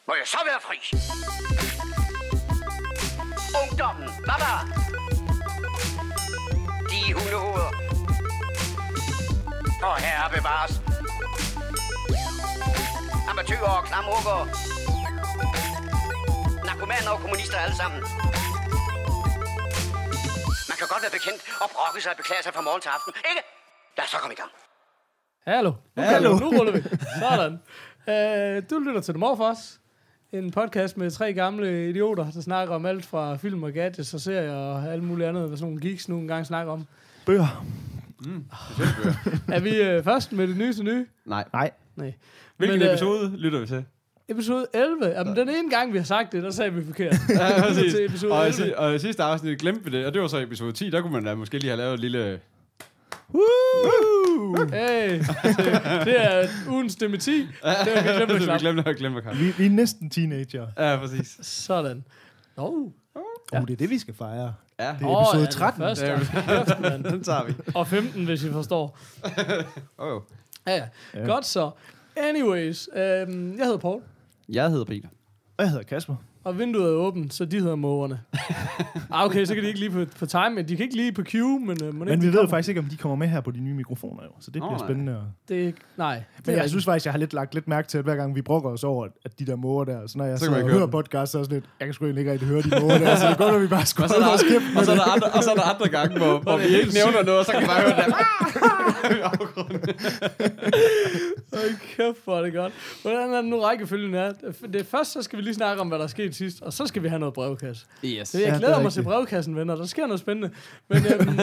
Må jeg så være fri? Ungdommen, baba! De hundehoveder. Og herre bevares. Amatøger og klamrukker. Narkomaner og kommunister alle sammen. Man kan godt være bekendt og brokke sig og beklage sig fra morgen til aften, ikke? Lad os så komme i gang. Hallo. Nu ruller vi. Sådan. Du lytter til The Morfars. En podcast med 3 gamle idioter, der snakker om alt fra film og gadgets og serier og alt muligt andet, hvad sådan nogle geeks nu engang snakker om. Bøger. Er vi først med det nyeste nye? Nej. Hvilken episode lytter vi til? Episode 11. Jamen, den ene gang, vi har sagt det, der sagde vi forkert. Ja, præcis. Til episode 11. Og i sidste afsnit glemte vi det, og det var så episode 10. Der kunne man da måske lige have lavet et lille... Hey, det er ugens dementi. Det har vi glemt at klappe. Vi er næsten teenager. Ja, præcis. Sådan. Det er det, vi skal fejre. Ja. Det er episode 13. Den tager vi. Og 15, hvis I forstår. Ja. Godt så. Anyways, jeg hedder Paul. Jeg hedder Peter. Og jeg hedder Kasper. Og vinduet er åbent, så de hedder mågerne. Okay, så kan de ikke lige på time, men de kan ikke lige på cue, men vi ved jo faktisk ikke, om de kommer med her på de nye mikrofoner, jo. Så det bliver spændende. Nej. Men jeg synes faktisk, jeg har lagt lidt mærke til, at hver gang vi brokker os over, at de der måger der, så når jeg så hører podcast, så er sådan lidt, jeg kan sgu ikke rigtig høre de måger der, så det går, når vi bare skulle holde vores kæft. Og så er der andre gange, hvor vi ikke nævner noget, så kan vi bare høre det kæft, hvor er det godt. Hvordan er det nu rækkefølgen er? Det først, så skal vi lige snakke om, hvad der er sket sidst, og så skal vi have noget brevkasse. Yes. Så jeg glæder mig til brevkassen, venner. Der sker noget spændende. Men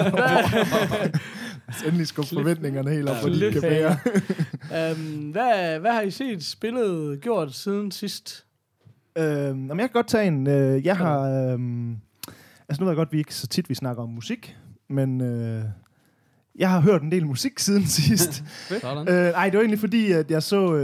endelig skub forventningerne helt op, hvor de kan bære. Hvad har I set, spillet, gjort siden sidst? Jeg kan godt tage en. Jeg har... altså nu ved jeg godt, vi ikke så tit vi snakker om musik, men... jeg har hørt en del musik siden sidst. Det var egentlig fordi, at jeg så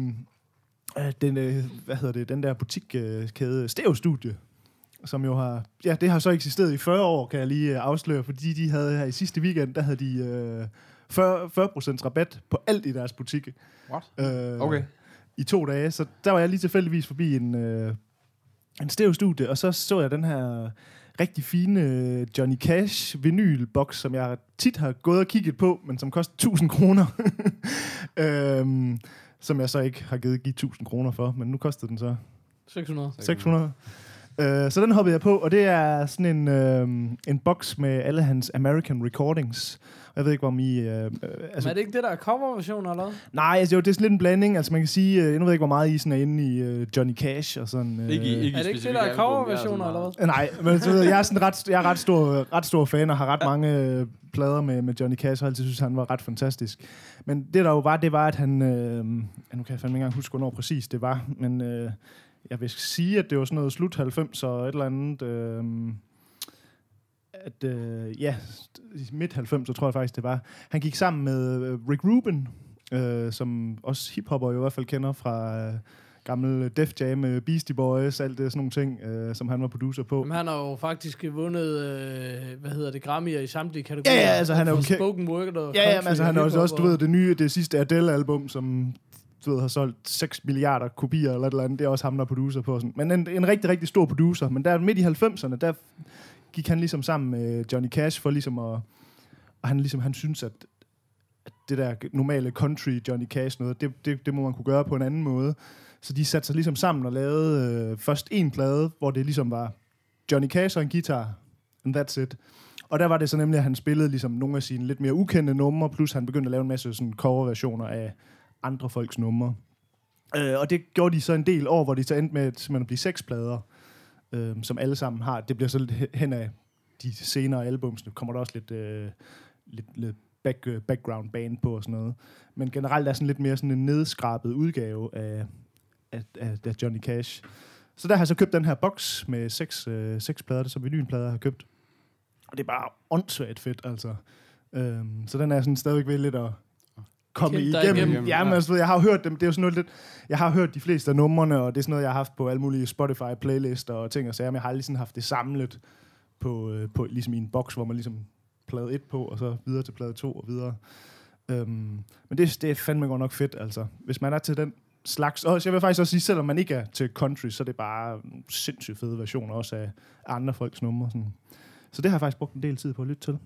den der butikkæde Stereo-studie, som jo har... Ja, det har så eksisteret i 40 år, kan jeg lige afsløre, fordi de havde her i sidste weekend, der havde de 40% rabat på alt i deres butik. What? Okay. I 2 dage, så der var jeg lige tilfældigvis forbi en Stereo-studie, og så jeg den her... rigtig fine Johnny Cash vinylboks, som jeg tit har gået og kigget på, men som koster 1.000 kroner. Som jeg så ikke har givet 1.000 kroner for, men nu koster den så 600. Så den hoppede jeg på, og det er sådan en boks med alle hans American recordings. Jeg ved ikke, om I... Men er det ikke det, der er coverversioner, eller hvad? Nej, altså, det er sådan lidt en blanding. Altså, man kan sige... jeg ved ikke, hvor meget I sådan er inde i Johnny Cash og sådan... Ikke er det ikke det, der er coverversioner, eller hvad? Nej, men så ved jeg er sådan ret stor fan og har ret mange plader med Johnny Cash, og altid synes, han var ret fantastisk. Men det der jo var, det var, at han... nu kan jeg fandme ikke engang huske, hvornår præcis det var, men jeg vil sige, at det var sådan noget slut 90 og et eller andet... midt 90'er tror jeg faktisk det var. Han gik sammen med Rick Rubin, som også hiphopper i hvert fald kender fra gammel Def Jam, Beastie Boys, alt det sådan nogle ting, som han var producer på. Men han har jo faktisk vundet, Grammy'er i samtlige kategorier. Ja, altså han er jo spoken word og altså han er også, du ved, det sidste Adele-album, som du ved, har solgt 6 milliarder kopier eller et eller andet. Det er også ham, der er producer på. Sådan. Men en rigtig, rigtig stor producer. Men der midt i 90'erne, der gik han ligesom sammen med Johnny Cash for ligesom at... Og han synes, at det der normale country Johnny Cash noget, det må man kunne gøre på en anden måde. Så de satte sig ligesom sammen og lavede først en plade, hvor det ligesom var Johnny Cash og en guitar. And that's it. Og der var det så nemlig, at han spillede ligesom nogle af sine lidt mere ukendte numre, plus han begyndte at lave en masse sådan coverversioner af andre folks numre. Og det gjorde de så en del år, hvor de så endte med at blive 6 plader, som alle sammen har. Det bliver så lidt hen af de senere albums. Nu kommer der også lidt background band på og sådan noget. Men generelt er sådan lidt mere sådan en nedskrabet udgave af Johnny Cash. Så der har jeg så købt den her boks med 6 plader, som vinylplader har købt. Og det er bare åndssvagt fedt, altså. Så den er sådan stadigvæk ved lidt at komme igennem. Ja, men altså, jeg har hørt dem. Det er jo sådan noget lidt... Jeg har hørt de fleste af numrene, og det er sådan noget, jeg har haft på alle mulige Spotify-playlister og ting og sager, men jeg har aldrig sådan haft det samlet på ligesom i en boks, hvor man ligesom plade 1 på, og så videre til plade 2 og videre. Men det er fandme godt nok fedt, altså. Hvis man er til den slags. Og jeg vil faktisk også sige, selvom man ikke er til country, så er det bare sindssygt fede versioner også af andre folks numre. Sådan. Så det har jeg faktisk brugt en del tid på at lytte til.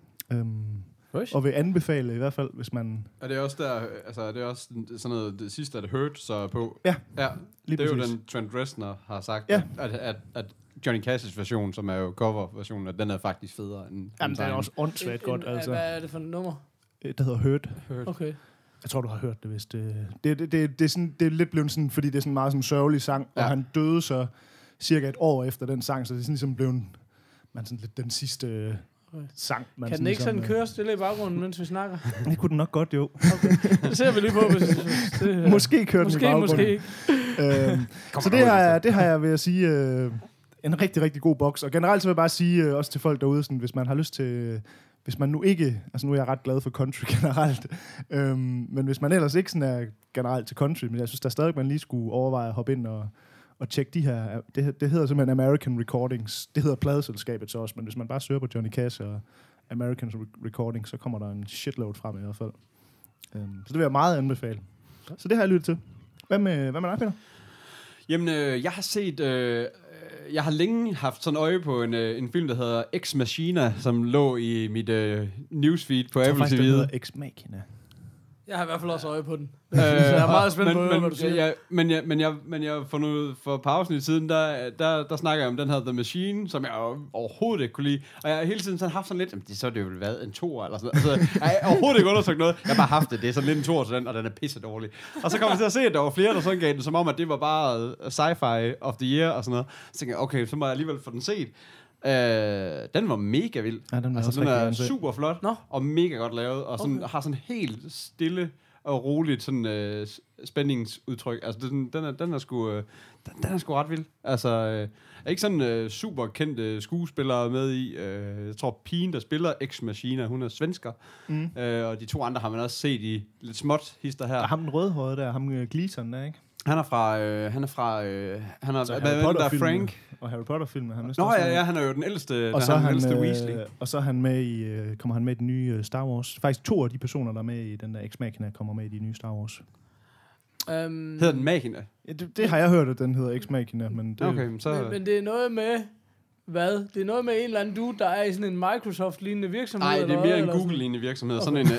Og vil anbefale i hvert fald, hvis man... Er det også der, altså er det også sådan noget, det sidste, at Hurt så på? Ja, det er jo den Trent Reznor har sagt, at Johnny Cash's version, som er jo cover-versionen, at den er faktisk federe end... Jamen, det er også åndssvagt godt, altså. Hvad er det for et nummer? Det hedder Hurt. Okay. Jeg tror, du har hørt det, hvis det... Det er lidt blevet sådan, fordi det er sådan en meget sådan sørgelig sang, og han døde så cirka et år efter den sang, så det er sådan ligesom blevet sådan lidt den sidste sang. Man kan den ikke sådan køre stille i baggrunden, mens vi snakker? Det kunne den nok godt, jo. Okay. Det ser vi lige på, hvis måske kører den i baggrunden. Måske ikke. Så det har jeg, vil jeg sige, en rigtig, rigtig god boks. Og generelt så vil jeg bare sige, også til folk derude, sådan, hvis man har lyst til... Hvis man nu ikke... Altså nu er jeg ret glad for country generelt. Men hvis man ellers ikke sådan er generelt til country, men jeg synes der stadig, man lige skulle overveje at hoppe ind og tjekke de her... Det hedder simpelthen American Recordings. Det hedder pladeselskabet så også, men hvis man bare søger på Johnny Cash og American Recordings, så kommer der en shitload frem i hvert fald. Så det vil jeg meget anbefale. Så det har jeg lyttet til. Hvad med dig, Peter? Jamen, jeg har set... Jeg har længe haft sådan øje på en film, der hedder Ex Machina, som lå i mit newsfeed på Apple TV. Det hedder Ex Machina. Jeg har i hvert fald også øje på den. Så jeg er meget spændt på, hvad du siger. Men jeg for et par afsnit siden, der snakker jeg om den her The Machine, som jeg overhovedet ikke kunne lide. Og jeg har hele tiden sådan haft sådan lidt, jamen så er det jo været en 2'er eller sådan noget. Altså, jeg har overhovedet ikke undersøgt noget. Jeg har bare haft det. Det er sådan lidt en 2'er til den, og den er pisse dårlig. Og så kom jeg til at se, at der var flere, der sådan gav den, som om, at det var bare sci-fi of the year og sådan noget. Så tænkte jeg, okay, så må jeg alligevel få den set. Den var mega vild. Ja, den er super flot og mega godt lavet og sådan har sådan helt stille og roligt sådan spændingsudtryk. Altså den er sgu ret vild. Altså er ikke sådan super kendte skuespillere med i. Jeg tror pigen der spiller Ex Machina, hun er svensker. Og de to andre har man også set i lidt småt hister her. Og ham den rødhårede der, ham Gleason der, ikke? Han er Frank. Og Harry Potter-filmen. Han er jo den ældste, og så er han ældste Weasley. Og så er han med i, kommer han med i den nye Star Wars. Faktisk 2 af de personer, der er med i den der Ex Machina, kommer med i de nye Star Wars. Hedder den Machina? Ja, det har jeg hørt, at den hedder Ex Machina. Men det, men det er noget med... Hvad? Det er noget med en eller anden dude, der er i sådan en Microsoft-lignende virksomhed? Nej, det er mere en Google-lignende virksomhed. Sådan en,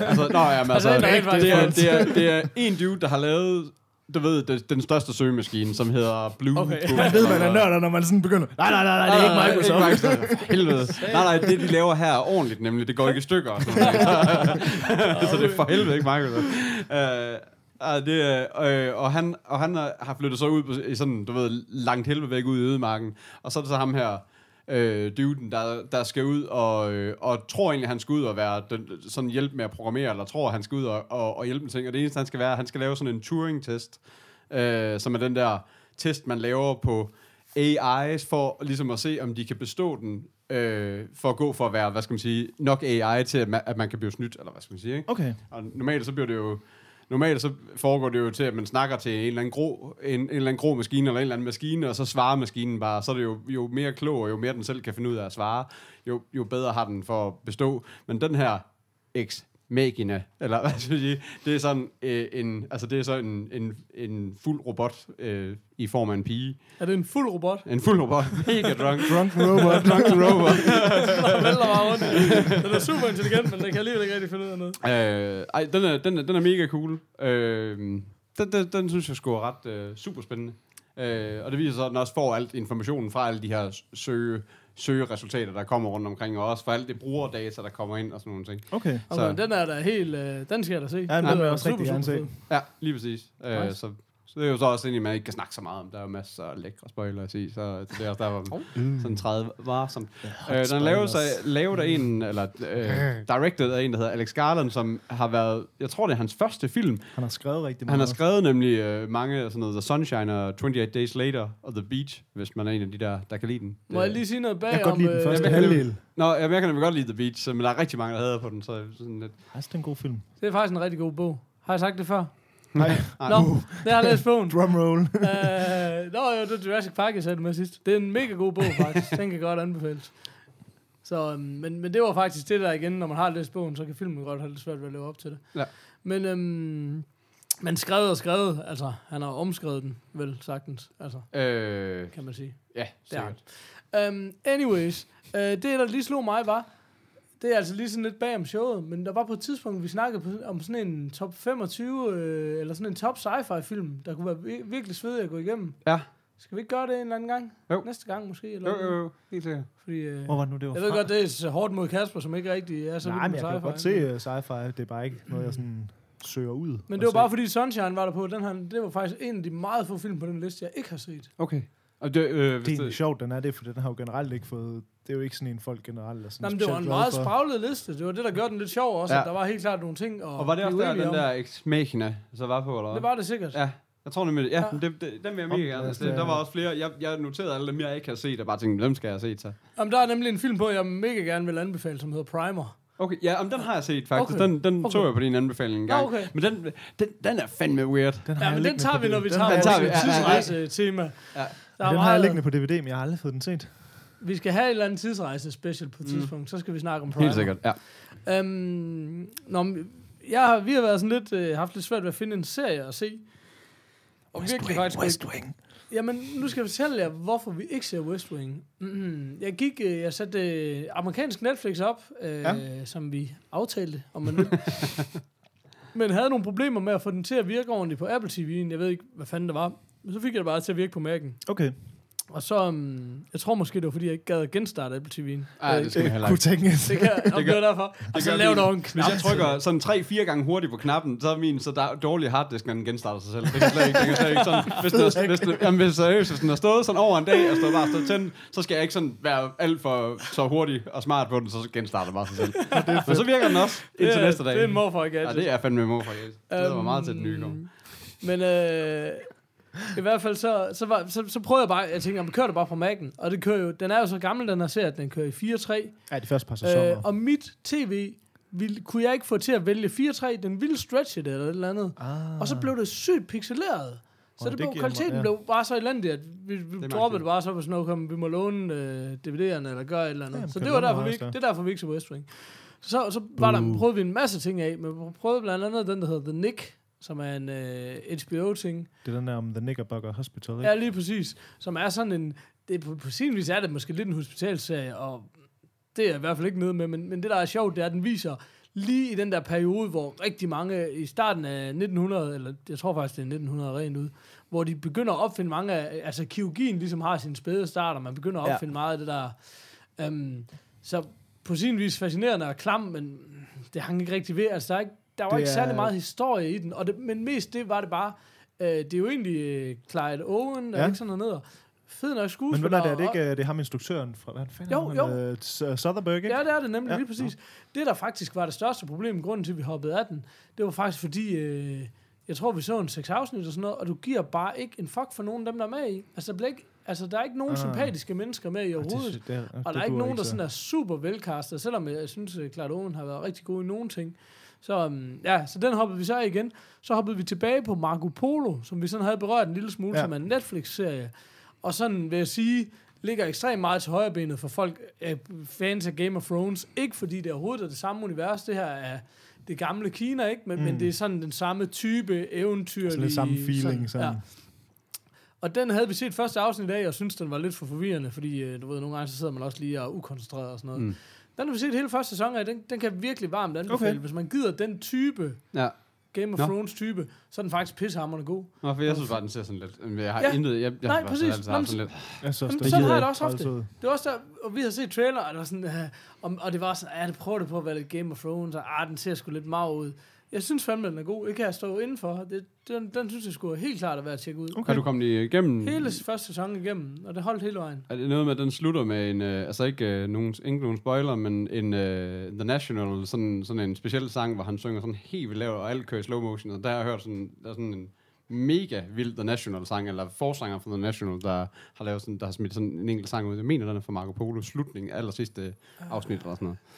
det er en dude, der har lavet... Du ved, den største søgemaskine, som hedder Blue. Okay. Man ved, man er nørder, når man sådan begynder. Nej, det er ikke Microsoft. Helvede. Nej, det de laver her er ordentligt, nemlig. Det går ikke i stykker. Så det er for helvede ikke Microsoft. Og han har flyttet så ud i sådan, du ved, langt helvede væk ud i ødemarken. Og så er det så ham her, duden, der skal ud og tror egentlig, han skal ud og være sådan hjælp med at programmere, eller tror, han skal ud og hjælpe med ting. Og det eneste, han skal være, han skal lave sådan en Turing-test, som er den der test, man laver på AI's, for ligesom at se, om de kan bestå den, for at gå for at være, hvad skal man sige, nok AI til, at man kan blive snydt, eller hvad skal man sige, ikke? Okay. Og normalt så foregår det jo til, at man snakker til en eller anden grå maskine, eller en eller anden maskine, og så svarer maskinen bare. Så er det jo mere klog, og jo mere den selv kan finde ud af at svare, jo bedre har den for at bestå. Men den her Ex Machina, eller hvad skal jeg sige, det er sådan en fuld robot i form af en pige. Er det en fuld robot? En fuld robot. Mega drunk. Drunk robot. Drunk robot. Den vælter bare rundt. Den er super intelligent, men den kan alligevel ikke rigtig finde ud af noget. Den er mega cool. Den synes jeg sgu er ret super spændende. Og det viser så, at den også får alt informationen fra alle de her søgeresultater, der kommer rundt omkring, og også for alt det brugerdata, der kommer ind og sådan nogle ting. Okay. Så den er da helt... den skal jeg da se. Ja, den vil jeg også rigtig gerne se. Ja, lige præcis. Nice. Så det er jo så også egentlig, man ikke kan snakke så meget om. Der er jo masser af lækre spoilers i, så det er også der, hvor sådan 30 varsomt. Den er lavet af en, eller directed af en, der hedder Alex Garland, som har været, jeg tror det er hans første film. Han har skrevet rigtig meget. Han har skrevet nemlig mange, sådan noget, The Sunshine og 28 Days Later og The Beach, hvis man er en af de der kan lide den. Må jeg lige sige noget bag om... Jeg kan godt lide den første halvdel. Jeg kan nemlig godt lide The Beach, men der er rigtig mange, der hader på den, så sådan lidt... Det er en god film. Det er faktisk en rigtig god bog. Har jeg sagt det før? Nej. Nå, det har jeg læst bogen. Drumroll. Det er Jurassic Park, jeg sagde det med sidst. Det er en mega god bog, faktisk. Den kan godt anbefales. Så, men det var faktisk det der igen, når man har læst bogen, så kan filmen godt have lidt svært ved at leve op til det. Ja. Men Men skrevet, altså, han har omskrevet den, vel sagtens, altså, kan man sige. Ja, sikkert. Anyways, det der lige slog mig var, det er altså lige sådan lidt bag om showet, men der var på et tidspunkt, vi snakkede om sådan en top 25, eller sådan en top sci-fi film, der kunne være virkelig svedig at gå igennem. Ja. Skal vi ikke gøre det en eller anden gang? Jo. Næste gang måske? Eller Jo, helt sikkert. Fordi, Hvor var det nu, det var jeg ved godt, det er så hårdt mod Kasper, som ikke rigtig er så Nej, vild men med jeg kan sci-fi. godt se sci-fi. Det er bare ikke noget, jeg sådan søger ud. Men det var bare fordi Sunshine var der på. Det var faktisk en af de meget få film på den liste, jeg ikke har set. Okay. Og Det er egentlig sjovt, den er det, for den har jo generelt ikke fået... Det er jo ikke sådan en folk generelt er sådan. Nej, men det var en meget spraglet liste. Det var det, der gjorde den lidt sjov også, Ja. at der var helt klart nogle ting. Og var det også der, den der Ex Machina, så var på, eller hvad? Det var det sikkert. Ja, jeg tror nemlig, Ja. den vil jeg mega gerne. Altså, der var også flere, jeg noterede alle dem, jeg ikke havde set, og bare tænkte, hvem skal jeg have set så? Jamen, der er nemlig en film på, jeg mega gerne vil anbefale, som hedder Primer. Okay, ja, den har jeg set faktisk. Okay. Den Okay. tog jeg på din anbefaling en gang. Ja, okay. Men den er fandme weird. Ja, men den tager vi, når vi tager den vores tidsrejse-tema. Ja. Den har jeg liggende på DVD, men jeg har aldrig fået den set. Vi skal have et eller andet tidsrejse-special på et tidspunkt, så skal vi snakke om Primer. Helt sikkert, ja. Vi har været sådan lidt, haft lidt svært ved at finde en serie at se. Og West Wing. Jamen, nu skal jeg fortælle jer, hvorfor vi ikke ser West Wing. Jeg satte amerikansk Netflix op, som vi aftalte, om man vil. Men havde nogle problemer med at få den til at virke ordentligt på Apple TV'en. Jeg ved ikke, hvad fanden det var. Men så fik jeg det bare til at virke på Mac'en. Okay. Og så, jeg tror måske, det var, fordi jeg ikke gad at genstarte Apple TV'en. Ej, det skal jeg heller kunne ikke. tænkes. Det kan det gør derfor. Og så lav dog en knap. Hvis jeg trykker sådan 3-4 gange hurtigt på knappen, så er min så dårlig harddisk, når den genstarter sig selv. Det kan slet ikke sådan. Hvis den har stået sådan over en dag, og bare stået tændt, så skal jeg ikke sådan være alt for så hurtig og smart på den, så genstarter den bare sig selv. Men så virker den også indtil næste dag. Det er en morfar gadget. Ja, det er fandme en morfar gadget. Det glæder mig meget til den nye nu. Men i hvert fald så prøvede jeg bare, jeg tænkte, om kører det bare på Mac'en, og det kører jo, den er jo så gammel, den her serie, at den kører i 4.3. Ja, de første par sæsoner. Og mit tv kunne jeg ikke få til at vælge 4.3, den ville stretche det eller et eller andet. Og så blev det sygt pixeleret. Så kvaliteten blev bare så elendig, at vi droppede det bare så på sådan noget, vi må låne DVD'erne eller gøre et eller andet. Så det var derfor vi ikke så West Wing. Så prøvede vi en masse ting af, men vi prøvede blandt andet den, der hedder The Nick, som er en HBO-ting. Det er den der om The Knickerbocker Hospital, ikke? Ja, lige præcis. Som er sådan en... På sin vis er det måske lidt en hospitalserie, og det er jeg i hvert fald ikke nede med, men det, der er sjovt, det er, at den viser lige i den der periode, hvor rigtig mange i starten af 1900, eller jeg tror faktisk, det er 1900 rent ud, hvor de begynder at opfinde mange af... Altså, kirurgien ligesom har sin spæde start, og man begynder at opfinde meget af det der... Så på sin vis fascinerende og klam, men det hang ikke rigtig ved. Altså, der var ikke særlig meget historie i den, men mest det var det bare, det er jo egentlig Clive Owen, der er ikke sådan noget. Fed nok skuespiller. Men hvad er det ikke? Det er ham instruktøren fra, hvad fanden Soderbergh, ikke? Ja, det er det nemlig, lige præcis. Det, der faktisk var det største problem, grunden til, at vi hoppede af den, det var faktisk fordi, jeg tror, vi så en 6 afsnit og sådan noget, og du giver bare ikke en fuck for nogen af dem, der er med i. Altså, der er ikke nogen sympatiske mennesker med i overhovedet. Og der er ikke nogen, der sådan er super velkastet, selvom jeg synes, at Clive Owen har været rigtig god i nogle ting. Så så den hoppede vi så af igen. Så hoppede vi tilbage på Marco Polo, som vi sådan havde berørt en lille smule, som er en Netflix-serie. Og sådan vil jeg sige, ligger ekstremt meget til højrebenet for folk, fans af Game of Thrones. Ikke fordi det overhovedet er det samme univers. Det her er det gamle Kina, ikke? Men det er sådan den samme type eventyrlige... Sådan den samme feeling. Sådan. Ja. Og den havde vi set første afsnit af, og synes den var lidt for forvirrende, fordi du ved, nogle gange så sidder man også lige og ukoncentreret og sådan noget. Den har vi set hele første sæson af, den kan virkelig varmt anbefale. Okay. Hvis man gider den type, Game of Thrones type, så er den faktisk pissehammerende god. Nå, for jeg synes bare, den ser sådan lidt... Jeg har intet... Nej, præcis. Sådan lidt. Sådan har jeg det også ofte. Det var også der, og vi har set trailer, og det var sådan, og det var sådan, det prøver det på at være lidt Game of Thrones, og den ser sgu lidt meget ud. Jeg synes fandme, den er god. Det kan jeg stå indenfor. Den synes jeg skulle helt klart at være at tjekke ud. Okay. Har du kommet igennem? Hele første sæson igennem, og det holdt hele vejen. Er det noget med, at den slutter med en... altså ikke nogen spoiler, men en The National, sådan en speciel sang, hvor han synger sådan helt vildt lavt, og alt kører i slow motion. Og der har jeg hørt sådan, der er sådan en mega vild The National sang, eller forsanger fra The National, der har lavet sådan, der har smidt sådan en enkelt sang ud. Jeg mener, den er fra Marco Polo slutning, aller sidste afsnit eller sådan noget.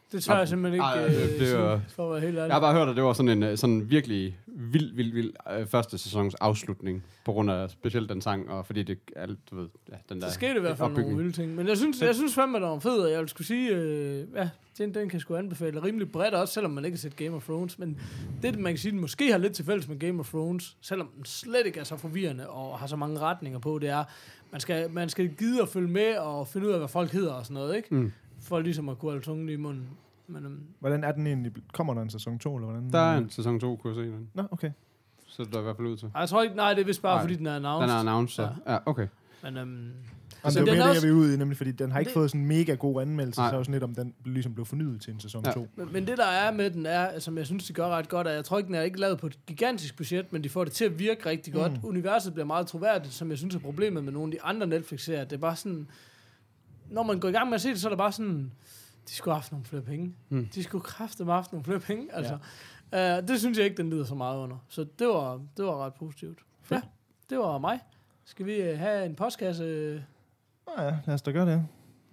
Det tør jeg simpelthen ikke, for at være helt ærlig. Jeg har bare hørt, at det var sådan en sådan virkelig vild første sæsons afslutning, på grund af specielt den sang, og fordi det er, du ved, ja, den der. Så skete i hvert fald nogle vilde ting. Men jeg synes fandme, der var fed, og jeg vil skulle sige, den kan sgu anbefale rimelig bredt også, selvom man ikke har set Game of Thrones. Men det, man kan sige, den måske har lidt til fælles med Game of Thrones, selvom den slet ikke er så forvirrende og har så mange retninger på, det er, man skal gide at følge med og finde ud af, hvad folk hedder og sådan noget, ikke? For ligesom at kunne holde tungen i munden. Men, hvordan er den egentlig? Kommer der en sæson 2, eller hvordan? Der er en sæson 2, kunne jeg se den. Nå, okay. Så det er i hvert fald ud til. Jeg tror ikke, nej, det er vist bare, fordi den er announced. Den er announced, så. Ja, okay. Men, altså, det er vi ude i, nemlig fordi den har ikke fået sådan en mega god anmeldelse, så er jo sådan lidt, om den ligesom blev fornyet til en sæson 2. Men det, der er med den, er, som jeg synes, de gør ret godt, at jeg tror ikke, den er ikke lavet på et gigantisk budget, men de får det til at virke rigtig godt. Universet bliver meget troværdigt, som jeg synes er problemet med nogle af de andre Netflix-serier. Det er bare sådan, når man går i gang med at se det, så er det bare sådan, de skulle have haft nogle flere penge. De skulle kraftedeme have haft nogle flere penge. Altså, det synes jeg ikke, den lider så meget under. Så det var ret positivt. Ja, det var mig. Skal vi have en postkasse? Ja, lad os da gøre det.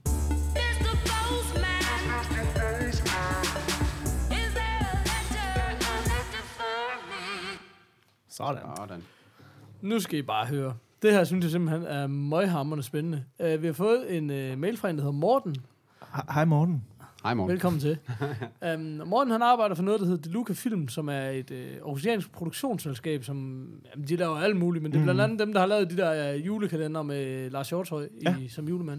Sådan. Nu skal I bare høre. Det her synes jeg simpelthen er møghamrende spændende. Vi har fået en mail fra en, der hedder Morten. Hej Morten. Hej Morten. Velkommen til. Morten, han arbejder for noget, der hedder Deluca Film, som er et oceansk produktionsselskab, som de laver alt muligt, men det er blandt andet dem, der har lavet de der julekalender med Lars Hjortøj som julemand.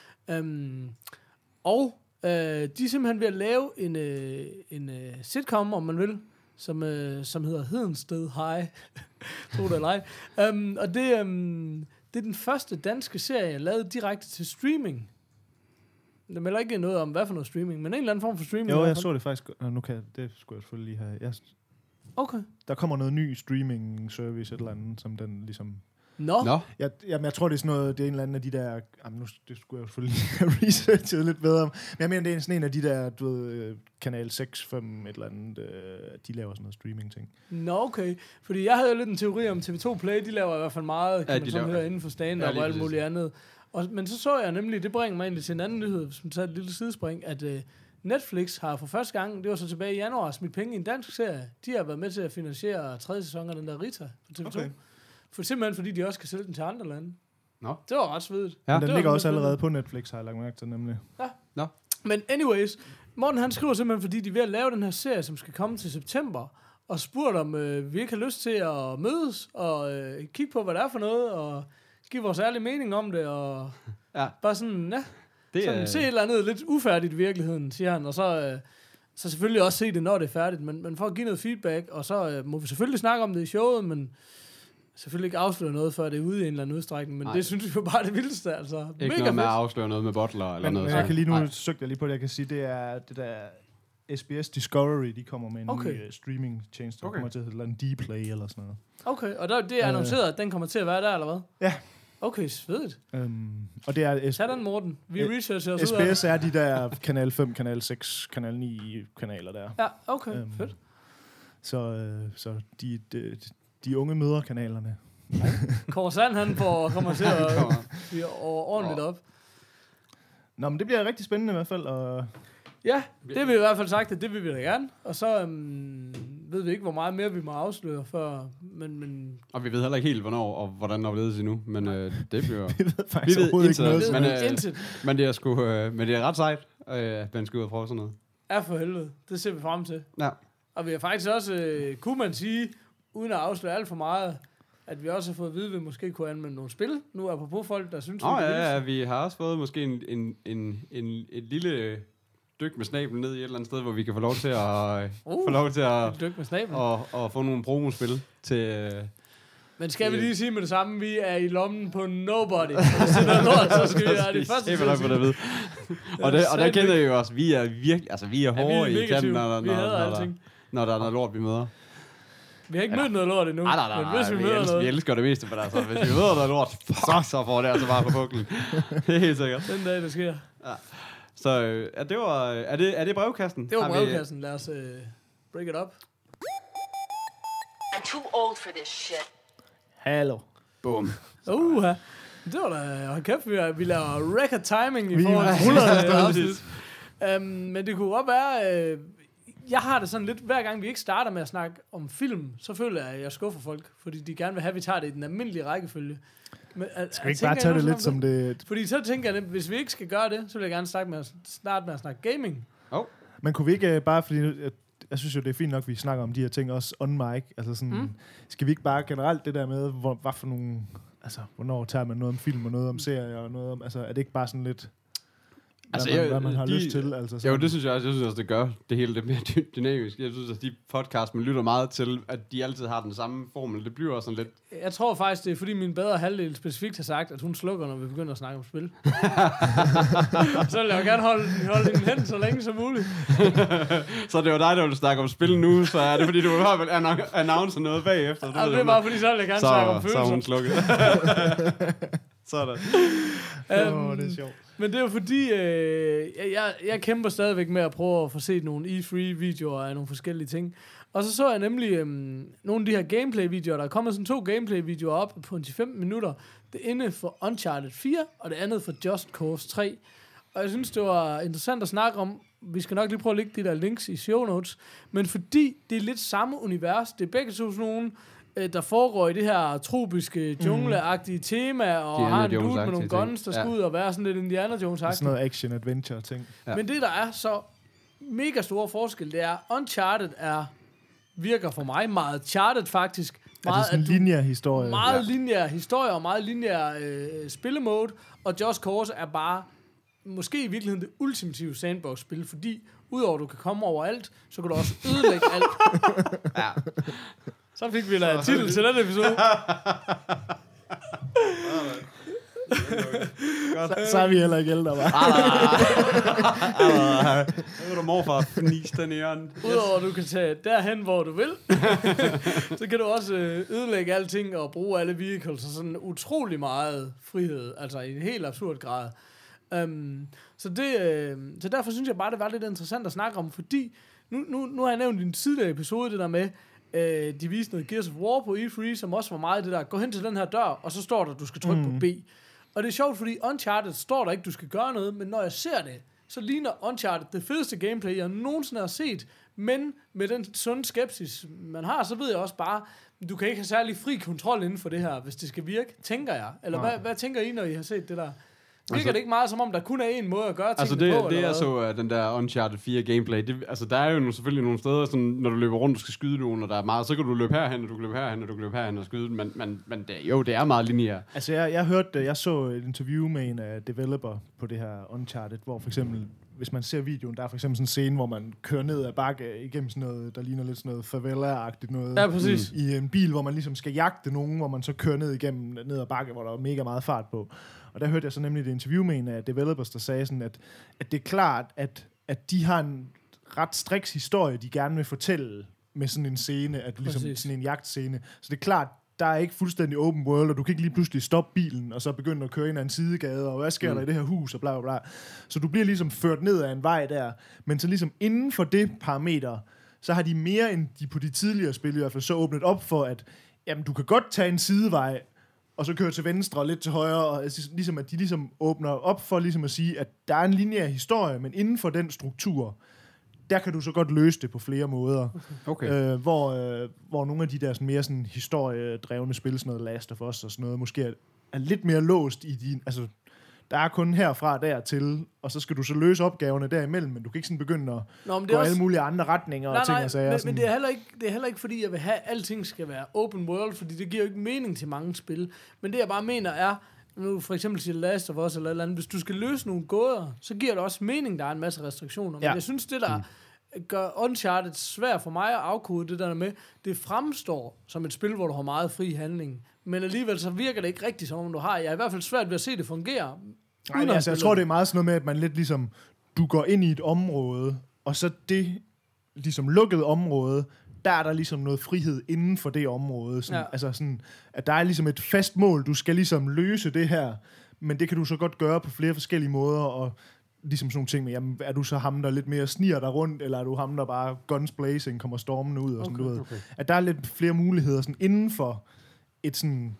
De er simpelthen ved at lave en sitcom, om man vil, som hedder Hedensted High. Tro det eller ej. Og det er den første danske serie, lavet direkte til streaming. Det melder ikke noget om, hvad for noget streaming, men en eller anden form for streaming. Jo, jeg så det faktisk. Nu kan det skulle jeg selvfølgelig lige have. Okay. Der kommer noget ny streaming service, et eller andet, som den ligesom... Nå. Jeg tror, det er sådan noget, det er en eller anden af de der... det skulle jeg selvfølgelig have researchet lidt bedre. Men jeg mener, det er sådan en af de der, du ved, kanal 6, 5, et eller andet, de laver sådan noget streaming-ting. Nå, okay. Fordi jeg havde jo lidt en teori om TV2 Play, de laver i hvert fald meget, kan man sådan høre, inden for stand-up og alt muligt andet. Men så jeg nemlig, det bringer mig egentlig til en anden nyhed, som tager et lille sidespring, at Netflix har for første gang, det var så tilbage i januar, smidt penge i en dansk serie. De har været med til at finansiere 3. sæson af den der Rita på TV2. Okay. Simpelthen fordi de også kan sælge den til andre lande. Nå. Det var ret svedigt. Ja. Den ligger også allerede på Netflix, har jeg lagt mærke til nemlig. Ja. Nå. Men anyways, Morten han skriver simpelthen, fordi de er ved at lave den her serie, som skal komme til september, og spurgte om vi ikke har lyst til at mødes og kigge på, hvad der er for noget, og give vores ærlige mening om det, og bare sådan, se et eller andet lidt ufærdigt i virkeligheden, siger han, og så selvfølgelig også se det, når det er færdigt, men for at give noget feedback, og så må vi selvfølgelig snakke om det i showet, men selvfølgelig ikke afsløre noget, før det er ude i en eller anden udstrækning, men det synes vi jo bare det vildeste, altså. Ikke noget med at afsløre noget med bottler eller noget. Men jeg kan lige nu søge jeg lige på det, jeg kan sige, det er det der SBS Discovery, de kommer med en ny streaming tjeneste, der kommer til at hedde en D-Play eller sådan noget. Okay, og det er annonceret, at den kommer til at være der, eller hvad? Ja. Okay, svedigt. Og det er... Tag den, Morten. Vi researcher os ud af SBS er de der kanal 5, kanal 6, kanal 9 kanaler der. Ja, okay, fedt. Så de unge møder kanalerne. Kåre Sand, han kommer til at blive ordentligt op. Nå, men det bliver rigtig spændende i hvert fald. Og ja, det har vi i hvert fald sagt, at det vil vi da gerne. Og så ved vi ikke, hvor meget mere vi må afsløre før. Men og vi ved heller ikke helt, hvornår og hvordan der er ledes endnu. Men det bliver... vi ved faktisk overhovedet ikke noget. Men det er sgu... men det er ret sejt, at man skal ud og prøve sådan noget. Ja, for helvede. Det ser vi frem til. Ja. Og vi har faktisk også, kunne man sige, uden at afsløre alt for meget, at vi også har fået at vide, at vi måske kunne anmelde nogle spil. Nu er på folk, der synes, vi har også fået måske et lille dyk med snablen ned i et eller andet sted, hvor vi kan få lov til at dyk med snablen og få nogle promospil til. Men skal vi lige sige med det samme, vi er i lommen på nobody. Hvis det er noget lort, så skal vi have det første til at sige. Og der kender I jo også, vi er virkelig, altså vi er hårde i kanten, når der er noget lort, vi møder. Vi har ikke mødt noget lort endnu. Nej, men hvis vi møder noget... Vi elsker det meste, for altså, hvis vi møder noget lort, så får det altså bare på puklen. Det er helt sikkert. Den dag, det sker. Ja. Så er det brevkassen? Det var brevkassen. Lad os break it up. I'm too old for this shit. Hallo. Boom. Det var da... Hold kæft, vi laver record timing i forhold til 100. Men det kunne godt være... jeg har det sådan lidt, hver gang vi ikke starter med at snakke om film, så føler jeg, at jeg skuffer folk, fordi de gerne vil have, at vi tager det i den almindelige rækkefølge. Men, skal vi ikke bare tage det lidt som det... Fordi så tænker jeg, at hvis vi ikke skal gøre det, så vil jeg gerne starte med at snakke gaming. Men kunne vi ikke bare, fordi jeg synes jo, det er fint nok, at vi snakker om de her ting også on mic. Altså sådan, skal vi ikke bare generelt det der med, hvad for nogle... Altså, hvornår tager man noget om film og noget om serier og noget om... Altså, er det ikke bare sådan lidt... Hvad man har lyst til. Altså jo, det synes jeg også. Jeg synes også, det gør det hele lidt mere dynamisk. Jeg synes, at de podcasts, man lytter meget til, at de altid har den samme formel. Det bliver også sådan lidt... Jeg tror faktisk, det er fordi min bedre halvdel specifikt har sagt, at hun slukker, når vi begynder at snakke om spil. Så vil jeg jo gerne holde den hen så længe som muligt. Så det var dig, der ville snakke om spil nu, så er det fordi, du har vel annoncer noget bagefter. Det er bare fordi, så vil jeg gerne snakke om følelser. Så hun slukket. Sådan. Det er sjovt. Men det er jo fordi, jeg kæmper stadigvæk med at prøve at få set nogle E3-videoer af nogle forskellige ting. Og så jeg nemlig nogle af de her gameplay-videoer. Der er kommet sådan 2 gameplay-videoer op på 15 minutter. Det ene for Uncharted 4, og det andet for Just Cause 3. Og jeg synes, det var interessant at snakke om. Vi skal nok lige prøve at lægge de der links i show notes. Men fordi det er lidt samme univers, det er begge to sådan nogle, der foregår i det her tropiske, jungleagtige tema, og har en dude med nogle guns, der skal ud og være sådan lidt Indiana Jones-agtig. Sådan noget action-adventure-ting. Ja. Men det, der er så mega store forskel, det er, Uncharted virker for mig meget charted faktisk. Meget, er det sådan en lineær historie? Meget lineær historie og meget lineær spillemode, og Just Cause er bare måske i virkeligheden det ultimative sandbox-spil, fordi udover at du kan komme over alt, så kan du også ødelægge alt. Ja. Så fik vi da titel til den episode. Så er vi heller ikke ældre, hva'? Nu er du morfar fnis den i hjørnet. Udover at du kan tage derhen, hvor du vil, så kan du også ødelægge alting og bruge alle vehicles og sådan utrolig meget frihed, altså i en helt absurd grad. Så derfor synes jeg bare, det var lidt interessant at snakke om, fordi nu har jeg nævnt i en tidligere episode det der med, de viste noget Gears of War på E3, som også var meget det der, gå hen til den her dør, og så står der, at du skal trykke på B. Og det er sjovt, fordi Uncharted står der ikke, du skal gøre noget, men når jeg ser det, så ligner Uncharted det fedeste gameplay, jeg nogensinde har set, men med den sunde skepsis, man har, så ved jeg også bare, du kan ikke have særlig fri kontrol inden for det her, hvis det skal virke, tænker jeg. Eller hvad tænker I, når I har set det der? Virker det ikke meget som om, der kun er en måde at gøre tingene på? Det er så den der Uncharted 4 gameplay. Der er jo selvfølgelig nogle steder, sådan, når du løber rundt og skal skyde nogen, og der er meget, så kan du løbe herhen, og du kan løbe herhen, og du kan løbe herhen og skyde den. Men det er meget lineært. Altså jeg så et interview med en developer på det her Uncharted, hvor for eksempel, hvis man ser videoen, der er for eksempel sådan en scene, hvor man kører ned ad bakke igennem sådan noget, der ligner lidt sådan noget favela-agtigt noget. Ja, præcis. I en bil, hvor man ligesom skal jagte nogen, hvor man så kører ned ad bakke, hvor der er mega meget fart på. Og der hørte jeg så nemlig et interview med en af developers, der sagde sådan, at det er klart, at de har en ret striks historie, de gerne vil fortælle med sådan en scene, at ligesom sådan en jagtscene. Så det er klart, der er ikke fuldstændig open world, og du kan ikke lige pludselig stoppe bilen, og så begynde at køre ind ad en sidegade, og hvad sker der i det her hus, og bla bla bla. Så du bliver ligesom ført ned ad en vej der, men så ligesom inden for det parameter, så har de mere end de på de tidligere spil i hvert fald så åbnet op for, at jamen, du kan godt tage en sidevej, og så køre til venstre og lidt til højre, og ligesom at de ligesom åbner op for ligesom at sige, at der er en lineær historie, men inden for den struktur, der kan du så godt løse det på flere måder. Okay. Hvor nogle af de der sådan mere sådan historiedrevne spil, sådan noget Last of Us og sådan noget, måske er lidt mere låst i din... Altså, der er kun herfra dertil, og så skal du så løse opgaverne derimellem, men du kan ikke sådan begynde at gå alle mulige andre retninger og ting og sager. Men det er heller ikke fordi, jeg vil have, at alting skal være open world, fordi det giver jo ikke mening til mange spil. Men det jeg bare mener er, nu for eksempel siger Last of Us eller et eller andet, hvis du skal løse nogle gåder, så giver det også mening, der er en masse restriktioner. Men jeg synes, det der gør Uncharted svært for mig at afkode det der med, det fremstår som et spil, hvor du har meget fri handling. Men alligevel så virker det ikke rigtigt, som om du har. Jeg er i hvert fald svært ved at se det fungere. Nej, altså, jeg tror, det er meget sådan noget med, at man lidt ligesom, du går ind i et område, og så det ligesom lukkede område, der er der ligesom noget frihed inden for det område. Sådan, altså sådan, at der er ligesom et fast mål, du skal ligesom løse det her, men det kan du så godt gøre på flere forskellige måder, og ligesom sådan nogle ting med, jamen, er du så ham, der lidt mere sniger dig rundt, eller er du ham, der bare guns blazing, kommer stormende ud, og sådan, du ved. At der er lidt flere muligheder sådan inden for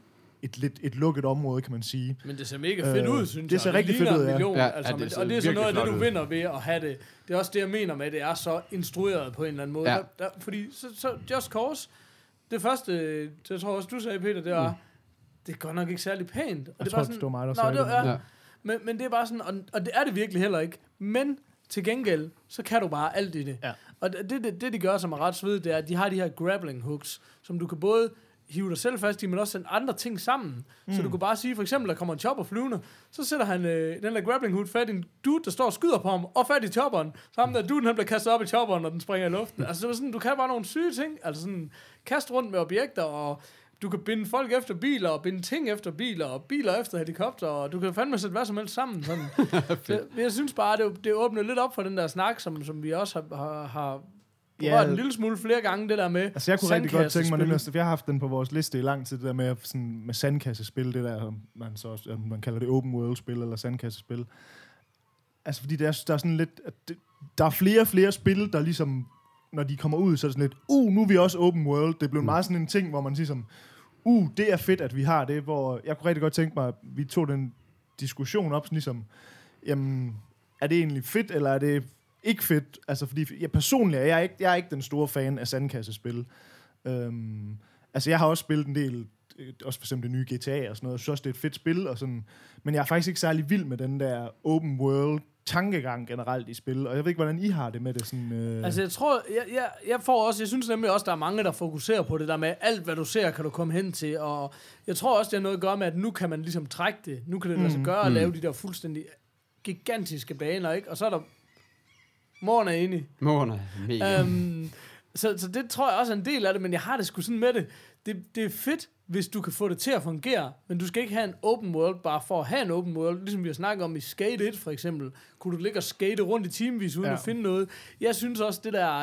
et lukket område, kan man sige. Men det ser mega fedt ud, synes jeg. Det ser rigtig fedt ud, ja. Og det er sådan noget af det, du vinder ved at have det. Det er også det, jeg mener med, at det er så instrueret på en eller anden måde. Ja. Fordi så Just Cause, det første, det tror jeg også, du sagde, Peter, det var, det er godt nok ikke særlig pænt. Og Jeg det tror, var det var mig, der sagde det. Ja. Men det er bare sådan, og det er det virkelig heller ikke. Men til gengæld, så kan du bare alt i det. Ja. Og det de gør, som er ret svedigt, det er, at de har de her grappling hooks, som du kan både hive dig selv fast i, men også sende andre ting sammen. Så du kan bare sige, for eksempel, der kommer en chopper flyvende, så sætter han den der grappling hook fat i en dude, der står og skyder på ham, og fat i chopperen. Så ham der dude, han bliver kastet op i chopperen, og den springer i luften. Altså, det var sådan, du kan bare nogle syge ting. Altså sådan, kast rundt med objekter, og du kan binde folk efter biler, og binde ting efter biler, og biler efter helikopter, og du kan fandme sætte hvad som helst sammen. Sådan. Jeg synes bare, det åbner lidt op for den der snak, som vi også har berørt en lille smule flere gange, det der med altså jeg kunne rigtig godt tænke mig, sandkassespil. jeg har haft den på vores liste i lang tid, det der med, sådan, med sandkassespil, det der, man kalder det open world spil, eller sandkassespil. Altså fordi der er sådan lidt, der er flere og flere spil, der ligesom, når de kommer ud, så er det sådan lidt, nu er vi også open world. Det blev meget sådan en ting, hvor man siger som, det er fedt, at vi har det, hvor jeg kunne rigtig godt tænke mig, at vi tog den diskussion op, sådan ligesom, jamen, er det egentlig fedt, eller er det ikke fedt? Altså, fordi jeg personligt, jeg er ikke den store fan af sandkassespil. Altså, jeg har også spillet en del, også for eksempel det nye GTA og sådan noget, jeg synes også, det er et fedt spil, og sådan, men jeg er faktisk ikke særlig vild med den der open world tankegang generelt i spil, og jeg ved ikke, hvordan I har det med det. Sådan, Altså, jeg tror, jeg synes nemlig også, der er mange, der fokuserer på det der med, alt hvad du ser, kan du komme hen til, og jeg tror også, det har noget at gøre med, at nu kan man ligesom trække det, nu kan det lade sig gøre at lave de der fuldstændig gigantiske baner, ikke? Og så er der morgen er inde. Morgen er mega. Så det tror jeg også er en del af det, men jeg har det sgu sådan med det. Det er fedt, hvis du kan få det til at fungere, men du skal ikke have en open world bare for at have en open world, ligesom vi har snakket om i Skate 1 for eksempel. Kunne du ligge og skate rundt i timevis uden at finde noget? Jeg synes også, det der...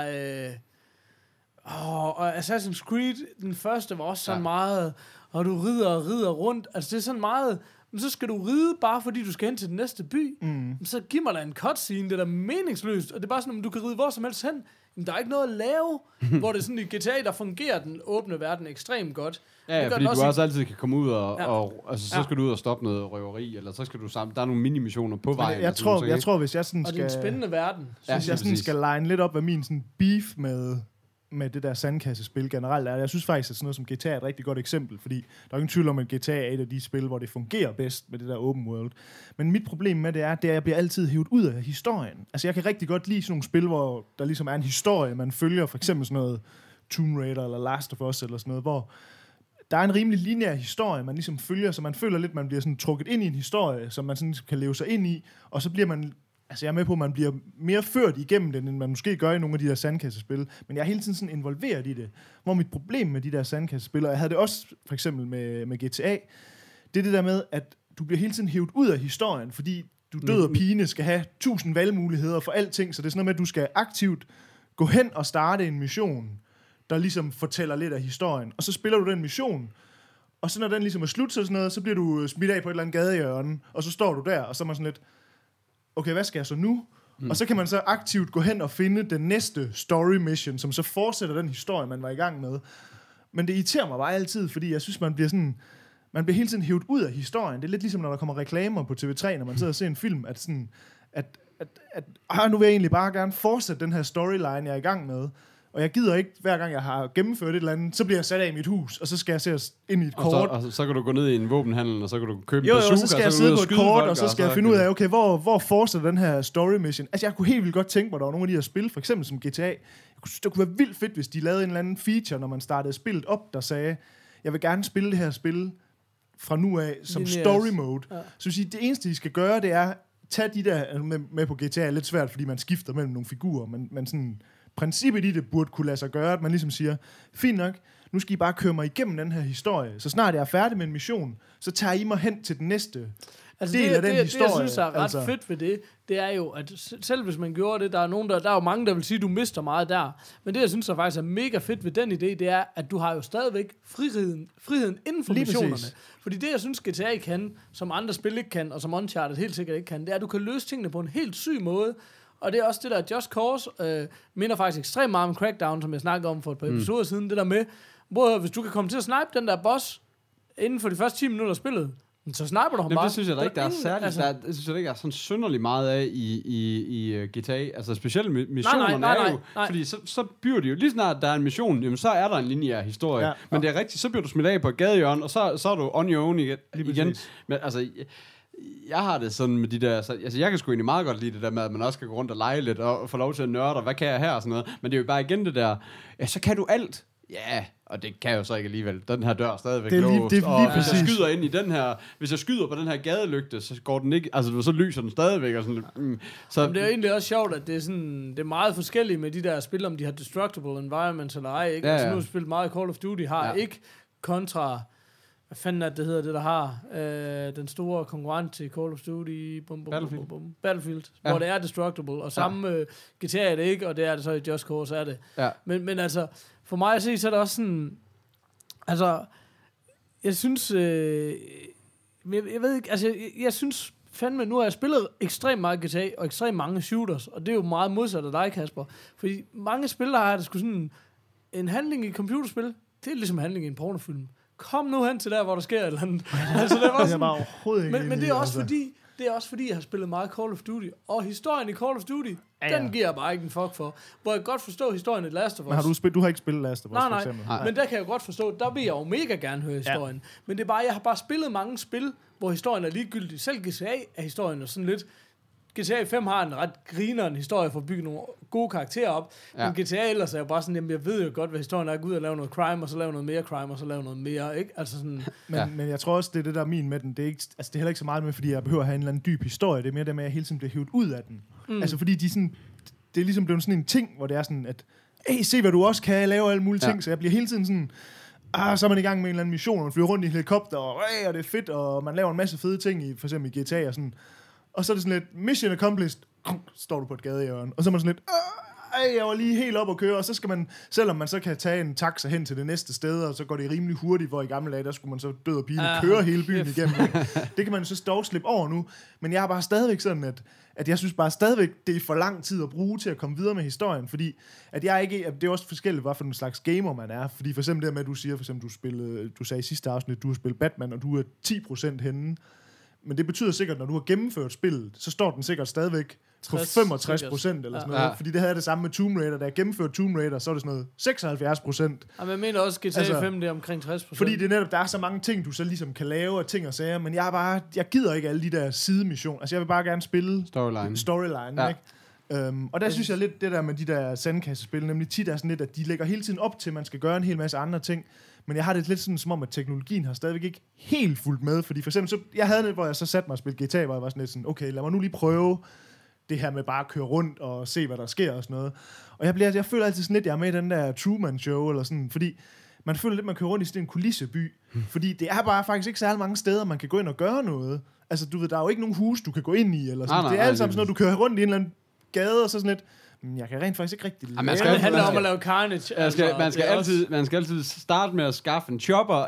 og Assassin's Creed, den første, var også sådan meget... Og du rider rundt. Altså det er sådan meget... Men så skal du ride bare fordi du skal hen til den næste by. Så giv mig da en cutscene, det er da meningsløst. Og det er bare sådan, at du kan ride hvor som helst hen. Men der er ikke noget at lave, hvor det er sådan i GTA, der fungerer den åbne verden ekstremt godt. Ja, fordi du også altid kan komme ud og altså, så skal du ud og stoppe noget røveri, eller så skal du sammen. Der er nogle mini-missioner på vejen. Jeg tror, hvis jeg sådan og det er en spændende verden. Hvis jeg sådan skal line lidt op, hvad min sådan beef med det der sandkassespil generelt er. Jeg synes faktisk, at sådan noget som GTA er et rigtig godt eksempel, fordi der er ingen tvivl om, at GTA er et af de spil, hvor det fungerer bedst med det der open world. Men mit problem med det er, at jeg bliver altid hævet ud af historien. Altså jeg kan rigtig godt lide sådan nogle spil, hvor der ligesom er en historie, man følger, for eksempel sådan noget Tomb Raider eller Last of Us eller sådan noget, hvor der er en rimelig lineær historie, man ligesom følger, så man føler lidt, man bliver sådan trukket ind i en historie, som man sådan kan leve sig ind i, og så bliver man... Altså, jeg er med på, at man bliver mere ført igennem den, end man måske gør i nogle af de der sandkassespil. Men jeg er hele tiden sådan involveret i det. Hvor mit problem med de der sandkassespil, og jeg havde det også for eksempel med GTA, det er det der med, at du bliver hele tiden hævet ud af historien, fordi du død og pine skal have 1000 valgmuligheder for alting. Så det er sådan noget med, at du skal aktivt gå hen og starte en mission, der ligesom fortæller lidt af historien. Og så spiller du den mission, og så når den ligesom er slut, så bliver du smidt af på et eller andet gadehjørne, og så står du der, og så er man sådan lidt... Okay, hvad skal jeg så nu? Og så kan man så aktivt gå hen og finde den næste story mission, som så fortsætter den historie, man var i gang med. Men det irriterer mig bare altid, fordi jeg synes, man bliver hele tiden hævet ud af historien. Det er lidt ligesom, når der kommer reklamer på TV3, når man sidder og ser en film, nu vil jeg egentlig bare gerne fortsætte den her storyline, jeg er i gang med. Og jeg gider ikke, hver gang jeg har gennemført et eller andet, så bliver jeg sat af i mit hus, og så skal jeg se ind i et kort. Og så kan du gå ned i en våbenhandel, og så kan du købe en bazooka, og så skal jeg sidde på et kort, og så skal jeg finde ud af, okay, hvor fortsætter den her story mission? Altså, jeg kunne helt vildt godt tænke mig, der var nogle af de her spil, for eksempel som GTA. Jeg synes, det kunne være vildt fedt, hvis de lavede en eller anden feature, når man startede spillet op, der sagde, jeg vil gerne spille det her spil fra nu af som story mode. Ja. Så vil sige, det eneste, de skal gøre, det er, tage de der, med på GTA er lidt svært, fordi man skifter mellem nogle figurer, men sådan... Princippet i det burde kunne lade sig gøre, at man ligesom siger, fint nok, nu skal I bare køre mig igennem den her historie. Så snart jeg er færdig med en mission, så tager I mig hen til den næste del af den historie. Det, jeg synes er ret fedt ved det er jo, at selv hvis man gjorde det, der er jo mange, der vil sige, at du mister meget der. Men det, jeg synes er faktisk er mega fedt ved den idé, det er, at du har jo stadigvæk friheden inden for missionerne. Fordi det, jeg synes, GTA kan, som andre spil ikke kan, og som Uncharted helt sikkert ikke kan, det er, at du kan løse tingene på en helt syg måde. Og det er også det der, Just Cause minder faktisk ekstremt meget om Crackdown, som jeg snakkede om for et par episoder siden. Det der med, hvor hvis du kan komme til at snipe den der boss inden for de første 10 minutter af spillet, så sniper du ham bare. Det synes jeg da ikke, der er ingen- særligt. altså- Det synes jeg ikke, der er sådan synderligt meget af i GTA. Altså specielt missionerne nej. fordi så bliver det jo, lige snart der er en mission, jamen så er der en lineær historie. Ja. Men det er rigtigt, så bliver du smidt af på et gadehjørne, og så er du on your own igen. præcis. Men altså, jeg har det sådan med de der, altså jeg kan sgu egentlig meget godt lide det der med, at man også kan gå rundt og lege lidt, og få lov til at nørde, og hvad kan jeg her og sådan noget. Men det er jo bare igen det der, ja, så kan du alt. Ja, og det kan jeg jo så ikke alligevel. Den her dør er stadigvæk låst. Det er Og lige hvis jeg præcis. skyder ind i den her, hvis jeg skyder på den her gadelygte, så går den ikke, altså så lyser den stadigvæk og sådan. Så Men det er jo egentlig også sjovt, at det er sådan, det er meget forskelligt med de der spil, om de har destructible environments eller ej, ikke? Ja, Altså ja. nu har vi spillet meget Call of Duty, har ikke kontra, hvad fanden er det hedder, det der har, den store konkurrent til Call of Duty, Battlefield, hvor det er destructible, og samme GTA er det ikke, og det er det så i Just Cause er det. Ja. Men altså, for mig at se, så er det også sådan, altså, jeg synes, jeg ved ikke, altså, jeg synes fandme, nu har jeg spillet ekstremt meget GTA, og ekstremt mange shooters, og det er jo meget modsat af dig, Kasper. Fordi mange spil, der har det sgu sådan, en handling i computerspil, det er ligesom en handling i en pornofilm. Kom nu hen til der, hvor der sker et eller andet. Altså, det var Jeg sådan, var overhovedet ikke men det er også fordi, jeg har spillet meget Call of Duty, og historien i Call of Duty, den giver jeg bare ikke en fuck for. Hvor jeg kan godt forstå historien i Last of Us. Men har du har ikke spillet Last of Us, for eksempel? Nej. Men der kan jeg godt forstå, der vil jeg jo mega gerne høre historien. Ja. Men det er bare, jeg har bare spillet mange spil, hvor historien er ligegyldig. Selv GTA er historien jo sådan lidt. GTA 5 har en ret grinerende historie for at bygge nogle gode karakterer op. Ja. Men GTA ellers er jo bare sådan, jamen jeg ved jo godt, hvad historien er. Gå ud og lave noget crime, og så lave noget mere crime, og så lave noget mere, ikke? Altså sådan. Men jeg tror også, det er det, der er min med den. Det er, ikke, altså, det er heller ikke så meget med, fordi jeg behøver at have en eller anden dyb historie. Det er mere det med, at jeg hele tiden bliver hævet ud af den. Altså fordi de sådan, det er ligesom blevet sådan en ting, hvor det er sådan, at hey, se hvad du også kan, lave alle mulige ting. Så jeg bliver hele tiden sådan, så er man i gang med en eller anden mission, og man flyver rundt i en helikopter, og det er fedt, og man laver en masse fede ting, i, for eksempel i GTA og sådan. Og så er det sådan lidt, mission accomplished, står du på et gadehjørne. Og så er man sådan lidt, jeg var lige helt op at køre, og så skal man, selvom man så kan tage en taxa hen til det næste sted, og så går det rimelig hurtigt, hvor i gamle dage, der skulle man så død og pine køre hele byen igennem. Det kan man så dog slippe over nu. Men jeg er bare stadigvæk sådan, at jeg synes bare stadigvæk, det er for lang tid at bruge til at komme videre med historien, fordi at jeg ikke, at det er også forskelligt, hvad for en slags gamer man er. Fordi for eksempel det med, at du siger, for eksempel, du sagde i sidste afsnit, du har spillet Batman, og du er 10% henne. Men det betyder sikkert, når du har gennemført spillet, så står den sikkert stadigvæk på 65% eller sådan noget. Ja. Fordi det havde det samme med Tomb Raider. Da jeg gennemførte Tomb Raider, så er det sådan noget 76%. Og jeg mener også, GTA 5 det er omkring 60%. Fordi det er netop, der er så mange ting, du så ligesom kan lave af ting og sager, men jeg gider ikke alle de der sidemissioner. Altså jeg vil bare gerne spille storyline, ikke? Og der synes jeg lidt, det der med de der sandkassespil, nemlig tit er sådan lidt, at de lægger hele tiden op til, at man skal gøre en hel masse andre ting. Men jeg har det lidt sådan, som om, at teknologien har stadigvæk ikke helt fulgt med. Fordi for eksempel, så, jeg havde det, hvor jeg så satte mig og spille GTA, hvor jeg var sådan lidt sådan, okay, lad mig nu lige prøve det her med bare at køre rundt og se, hvad der sker og sådan noget. Og jeg føler altid sådan lidt, jeg er med i den der Truman Show, eller sådan, fordi man føler lidt, man kører rundt i sådan en kulisseby. Fordi det er bare faktisk ikke særlig mange steder, man kan gå ind og gøre noget. Altså, du ved, der er jo ikke nogen hus, du kan gå ind i, eller sådan. Det er alt sammen sådan noget, du kører rundt i en eller anden gade, og så sådan lidt, jeg kan rent faktisk ikke rigtig lide. Det handler om at lave carnage. Man skal altid starte med at skaffe en chopper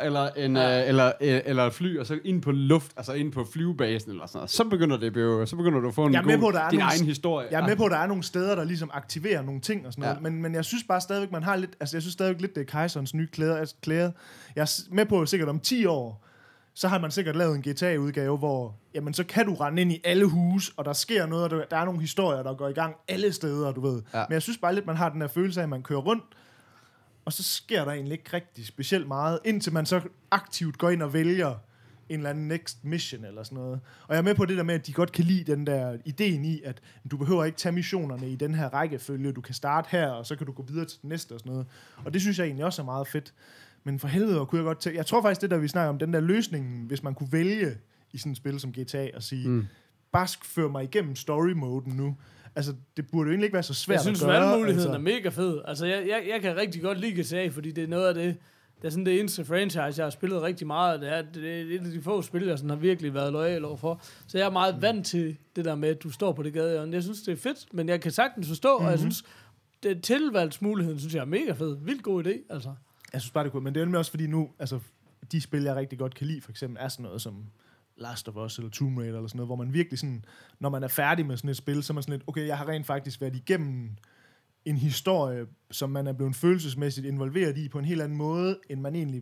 eller et fly, og så ind på luft, altså ind på flyvebasen eller sådan noget. Så begynder du at få din egen historie. Jeg er med på, at der er nogle steder, der ligesom aktiverer nogle ting og sådan noget, men jeg synes bare stadigvæk, man har lidt, altså jeg synes stadigvæk lidt, det er Kejserens nye klæder. Jeg er med på, sikkert om 10 år, så har man sikkert lavet en GTA-udgave, hvor jamen, så kan du rende ind i alle huse, og der sker noget, og der er nogle historier, der går i gang alle steder, du ved. Ja. Men jeg synes bare lidt, man har den her følelse af, at man kører rundt, og så sker der egentlig ikke rigtig specielt meget, indtil man så aktivt går ind og vælger en eller anden next mission eller sådan noget. Og jeg er med på det der med, at de godt kan lide den der ideen i, at du behøver ikke tage missionerne i den her rækkefølge, du kan starte her, og så kan du gå videre til den næste og sådan noget. Og det synes jeg egentlig også er meget fedt. Men for helvede kunne jeg godt jeg tror faktisk, det der vi snakker om, den der løsning, hvis man kunne vælge i sådan et spil som GTA og sige, bare før mig igennem story-moden nu. Altså, det burde jo egentlig ikke være så svært at gøre. Jeg synes, valgmuligheden er mega fed. Altså, jeg kan rigtig godt lide GTA, fordi det er noget af det, det er sådan det eneste franchise, jeg har spillet rigtig meget. Det er et af de få spil, jeg sådan har virkelig været loyal overfor. Så jeg er meget vant til det der med, at du står på det gadehjørne. Jeg synes, det er fedt, men jeg kan sagtens forstå, og jeg synes, det tilvalgsmuligheden, synes jeg er mega fed. Vildt god idé, altså. Jeg synes bare, det kunne. Men det er jo også fordi nu, altså, de spil, jeg rigtig godt kan lide, for eksempel, er sådan noget som Last of Us eller Tomb Raider eller sådan noget, hvor man virkelig sådan, når man er færdig med sådan et spil, så er man sådan lidt, okay, jeg har rent faktisk været igennem en historie, som man er blevet følelsesmæssigt involveret i på en helt anden måde, end man egentlig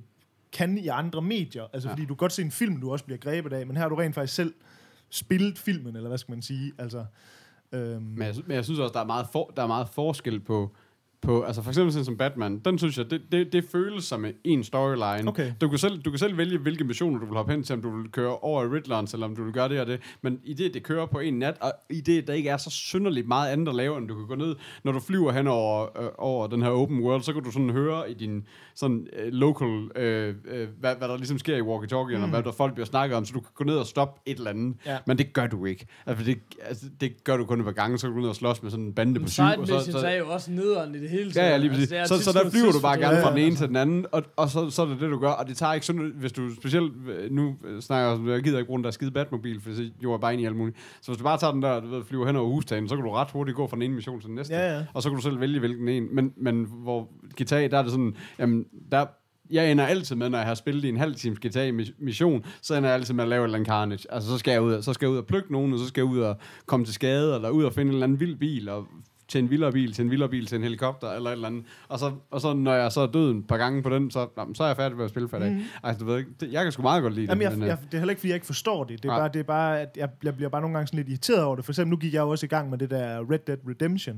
kan i andre medier. Altså, fordi du kan godt se en film, du også bliver grebet af, men her har du rent faktisk selv spillet filmen, eller hvad skal man sige, altså... Men jeg synes også, der er meget forskel på altså for eksempel sådan som Batman, den synes jeg, det føles som en storyline. Okay. Du kan selv vælge, hvilke missioner du vil hoppe hen til, om du vil køre over i Riddler's, eller om du vil gøre det og det. Men i det kører på en nat, og i det, der ikke er så synderligt meget andet at lave, end du kan gå ned, når du flyver hen over den her open world, så kan du sådan høre i din sådan local, hvad der ligesom sker i walkie-talkie, og hvad der folk bliver snakket om, så du kan gå ned og stoppe et eller andet. Ja. Men det gør du ikke. Altså det gør du kun et par gange, så kan du gå ned og slås med sådan en bande på 7. Side missions er jo også nederen i det hele taget. Ja, lige præcis. Altså, så der flyver du bare gerne fra den ene til den anden, og så er det det, du gør. Og det tager ikke sådan, hvis du specielt, nu snakker jeg gider ikke bruge den der skide Batmobil, for det jo er bare ind i alt muligt. Så hvis du bare tager den der, du ved, flyver hen over hustagen, så kan du ret hurtigt gå fra den ene mission til den næste. Ja. Og så kan du selv vælge, hvilken en. Men hvor GTA, der er det sådan, jamen, jeg ender altid med, når jeg har spillet i en halv times GTA-mission, så ender jeg altid med at lave et eller andet carnage. Altså, så skal jeg ud og plukke nogen, og så skal jeg ud og komme til skade, eller ud og finde en eller anden vild bil, og til en vildere bil, til en helikopter, eller et eller andet. Og så når jeg så er død et par gange på den, så er jeg færdig med at spille for i dag. Altså, du ved ikke, jeg kan sgu meget godt lide det. Jamen, det er heller ikke, fordi jeg ikke forstår det. Det er bare at jeg bliver bare nogle gange sådan lidt irriteret over det. For eksempel, nu gik jeg jo også i gang med det der Red Dead Redemption,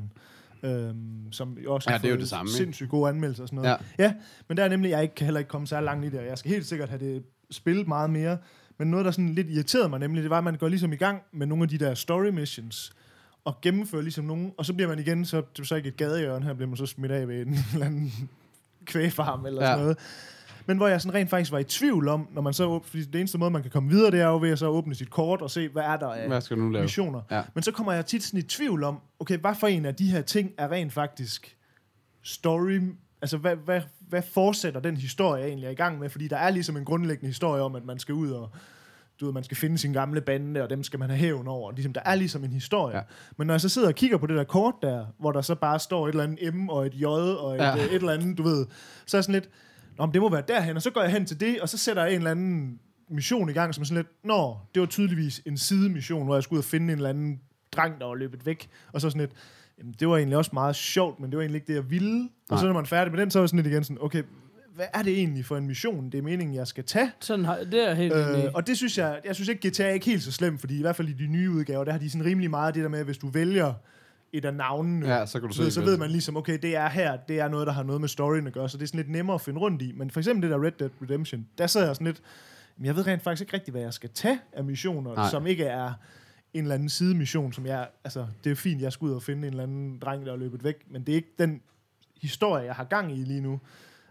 som også har fået sindssygt gode anmeldelser og sådan noget. Ja, men der er nemlig, jeg kan heller ikke komme så langt i det, og jeg skal helt sikkert have det spillet meget mere. Men noget, der sådan lidt irriterede mig nemlig, det var, at man går ligesom i gang med nogle af de der story missions, og gennemfører ligesom nogen, og så bliver man igen, så det er så ikke et gadehjørne, her bliver man så smidt af ved en eller anden kvægfarm eller sådan noget. Men hvor jeg sådan rent faktisk var i tvivl om, når man så, fordi det eneste måde, man kan komme videre, det er jo ved at så åbne sit kort og se, hvad er der af missioner. Ja. Men så kommer jeg tit sådan i tvivl om, okay, hvad for en af de her ting er rent faktisk story, altså hvad fortsætter den historie jeg egentlig er i gang med, fordi der er ligesom en grundlæggende historie om, at man skal ud og man skal finde sin gamle bande, og dem skal man have hævn over. Ligesom, der er ligesom en historie. Ja. Men når jeg så sidder og kigger på det der kort der, hvor der så bare står et eller andet M og et J og et eller andet, du ved, så er jeg sådan lidt, nå, men det må være derhen, og så går jeg hen til det, og så sætter jeg en eller anden mission i gang, som er sådan lidt, det var tydeligvis en sidemission, hvor jeg skulle ud og finde en eller anden dreng, der var løbet væk, og så sådan lidt, jamen, det var egentlig også meget sjovt, men det var egentlig ikke det, jeg ville. Nej. Og så når man er færdig med den, så er jeg sådan lidt igen sådan, okay, hvad er det egentlig for en mission, det er meningen, jeg skal tage? Sådan det er helt og det synes jeg synes ikke, GTA er ikke helt så slemt, fordi i hvert fald i de nye udgaver, der har de sådan rimelig meget det der med, at hvis du vælger et af navnene, så, kan du så ved man ligesom, okay, det er her, det er noget, der har noget med storyen at gøre, så det er sådan lidt nemmere at finde rundt i. Men for eksempel det der Red Dead Redemption, der sidder jeg sådan lidt, men jeg ved rent faktisk ikke rigtig, hvad jeg skal tage af missioner, som ikke er en eller anden sidemission, som jeg, altså, det er fint, jeg skal ud og finde en eller anden dreng, der er løbet væk, men det er ikke den historie, jeg har gang i lige nu.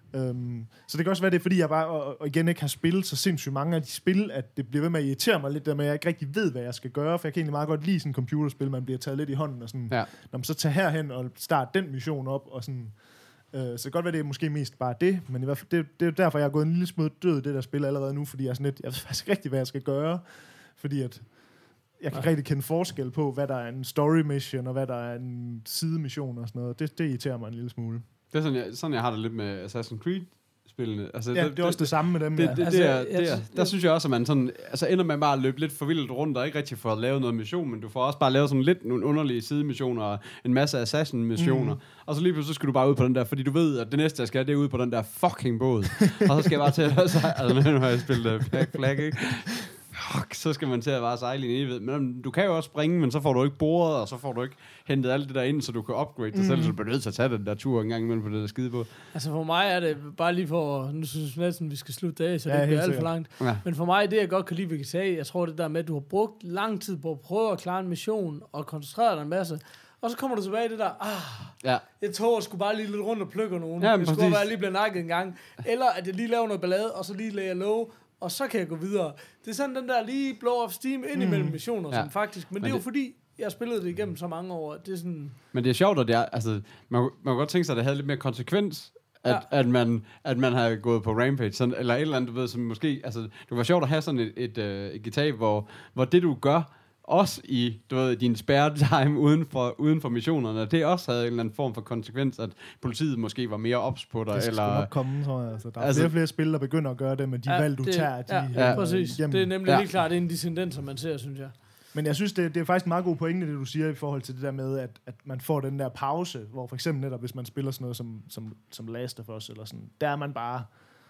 Så det kan også være, det er fordi, jeg bare og igen ikke har spillet så sindssygt mange af de spil, at det bliver ved med at irritere mig lidt, der med, at jeg ikke rigtig ved, hvad jeg skal gøre, for jeg kan egentlig meget godt lide sådan et computerspil, man bliver taget lidt i hånden, og sådan, når man så tager herhen og starte den mission op, og sådan, så det kan godt være, det er måske mest bare det, men i hvert fald, det er derfor, jeg er gået en lille smule død det der spil allerede nu, fordi jeg ved faktisk rigtig, hvad jeg skal gøre, fordi at jeg kan ikke rigtig kende forskel på, hvad der er en story mission, og hvad der er en sidemission og sådan noget. Det irriterer mig en lille smule. Det er sådan, jeg har det lidt med Assassin's Creed-spillene. Altså, det er også det samme med dem. Der synes jeg også, at man sådan, altså ender man bare at løbe lidt forvildet rundt, og ikke rigtig får lavet noget mission, men du får også bare lavet sådan lidt nogle underlige sidemissioner, og en masse Assassin-missioner. Og så lige pludselig skal du bare ud på den der, fordi du ved, at det næste, jeg skal, det er ud på den der fucking båd. Og så skal jeg bare til at altså, nu har jeg spillet Black Flag, ikke? Så skal man til at bare sejle i en evighed. Men du kan jo også springe, men så får du ikke boret, og så får du ikke hentet alt det der ind, så du kan upgrade dig selv, så du bliver nødt til at tage den der tur en gang imellem på det der skide på. Altså for mig er det bare lige for, nu synes jeg næsten, vi skal slutte af, så det bliver alt for langt. Ja. Men for mig, det jeg godt kan lide, vi kan sige, jeg tror det der med, at du har brugt lang tid på at prøve at klare en mission, og koncentrere dig en masse, og så kommer du tilbage i det der, jeg tror, jeg skulle bare lige lidt rundt og plukke nogen. Jeg skulle bare lige blive nakket en gang. Eller at jeg lige laver noget ballade, og så lige lader jeg love, og så kan jeg gå videre. Det er sådan den der lige blow off steam ind imellem missioner, som faktisk, men det er jo fordi, jeg spillede det igennem så mange år. Det er sådan. Men det er sjovt, at det er, altså, man kan godt tænke sig, at det havde lidt mere konsekvens, at man havde gået på Rampage, sådan, eller et eller andet, du ved, som måske, altså, det var sjovt at have sådan et GTA, hvor det du gør, også i, du ved, din spare time uden for missionerne, det også havde en eller anden form for konsekvens, at politiet måske var mere ops på dig. Det skal nok komme, tror jeg. Altså, der er flere spil, der begynder at gøre det med de valg, du tager. Præcis. Hjem. Det er nemlig helt klart en af de tendenser, man ser, synes jeg. Men jeg synes, det er faktisk en meget god pointe, det du siger i forhold til det der med, at man får den der pause, hvor for eksempel netop, hvis man spiller sådan noget som Last of Us, eller sådan, der er man bare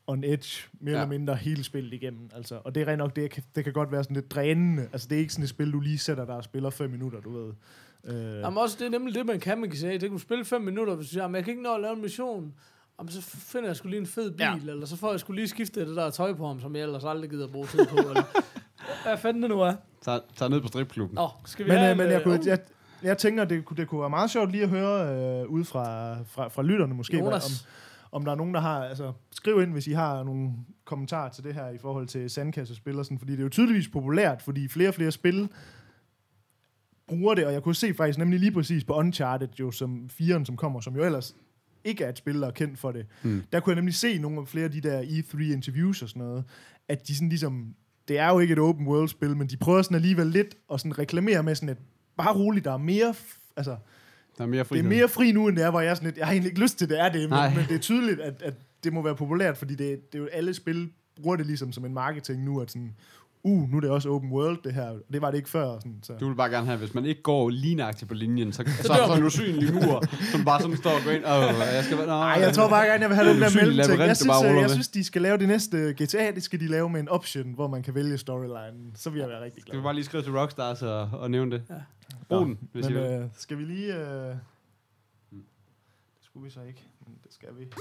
on edge, mere eller mindre hele spillet igennem. Altså, og det er rent nok, det kan godt være sådan lidt drænende. Altså, det er ikke sådan et spil, du lige sætter der og spiller 5 minutter, du ved. Jamen også, det er nemlig det, man kan sige. Det kan du spille 5 minutter, hvis du siger, men jeg kan ikke nå at lave en mission. Jamen, så finder jeg sgu lige en fed bil, eller så får jeg sgu lige skiftet det der tøj på ham, som jeg ellers aldrig gider at bruge tid på. Eller hvad fanden det nu er? Tager ned på stripklubben. Skal vi have men jeg tænker, det kunne være meget sjovt lige at høre ud fra lytterne måske, om der er nogen, der har... Altså, skriv ind, hvis I har nogle kommentarer til det her i forhold til sandkassespil og sådan, fordi det er jo tydeligvis populært, fordi flere og flere spil bruger det, og jeg kunne se faktisk nemlig lige præcis på Uncharted, jo, som 4'eren, som kommer, som jo ellers ikke er et spil, der er kendt for det. Der kunne jeg nemlig se nogle af flere af de der E3-interviews og sådan noget, at de sådan ligesom... Det er jo ikke et open world-spil, men de prøver sådan alligevel lidt at sådan reklamere med sådan et... Bare roligt, der er mere... Altså, der er mere fri. Det er mere fri nu, end det er, hvor jeg sådan lidt... Jeg har egentlig ikke lyst til, det er det, men det er tydeligt, at det må være populært, fordi det er jo alle spil bruger det ligesom som en marketing nu, at sådan... nu er det også open world, det her. Det var det ikke før. Sådan, så. Du vil bare gerne have, hvis man ikke går lineagtigt på linjen, så er der sådan en usynlig mur, som bare sådan står og går ind. Jeg tror bare gerne, jeg vil have den der mellemting. Jeg synes, de skal lave det næste GTA, det skal de lave med en option, hvor man kan vælge storylinen. Så vil jeg være rigtig glad. Du vil bare lige skrive til Rockstars og nævne det. Ja. Men skal vi lige... Det skulle vi så ikke, men det skal vi.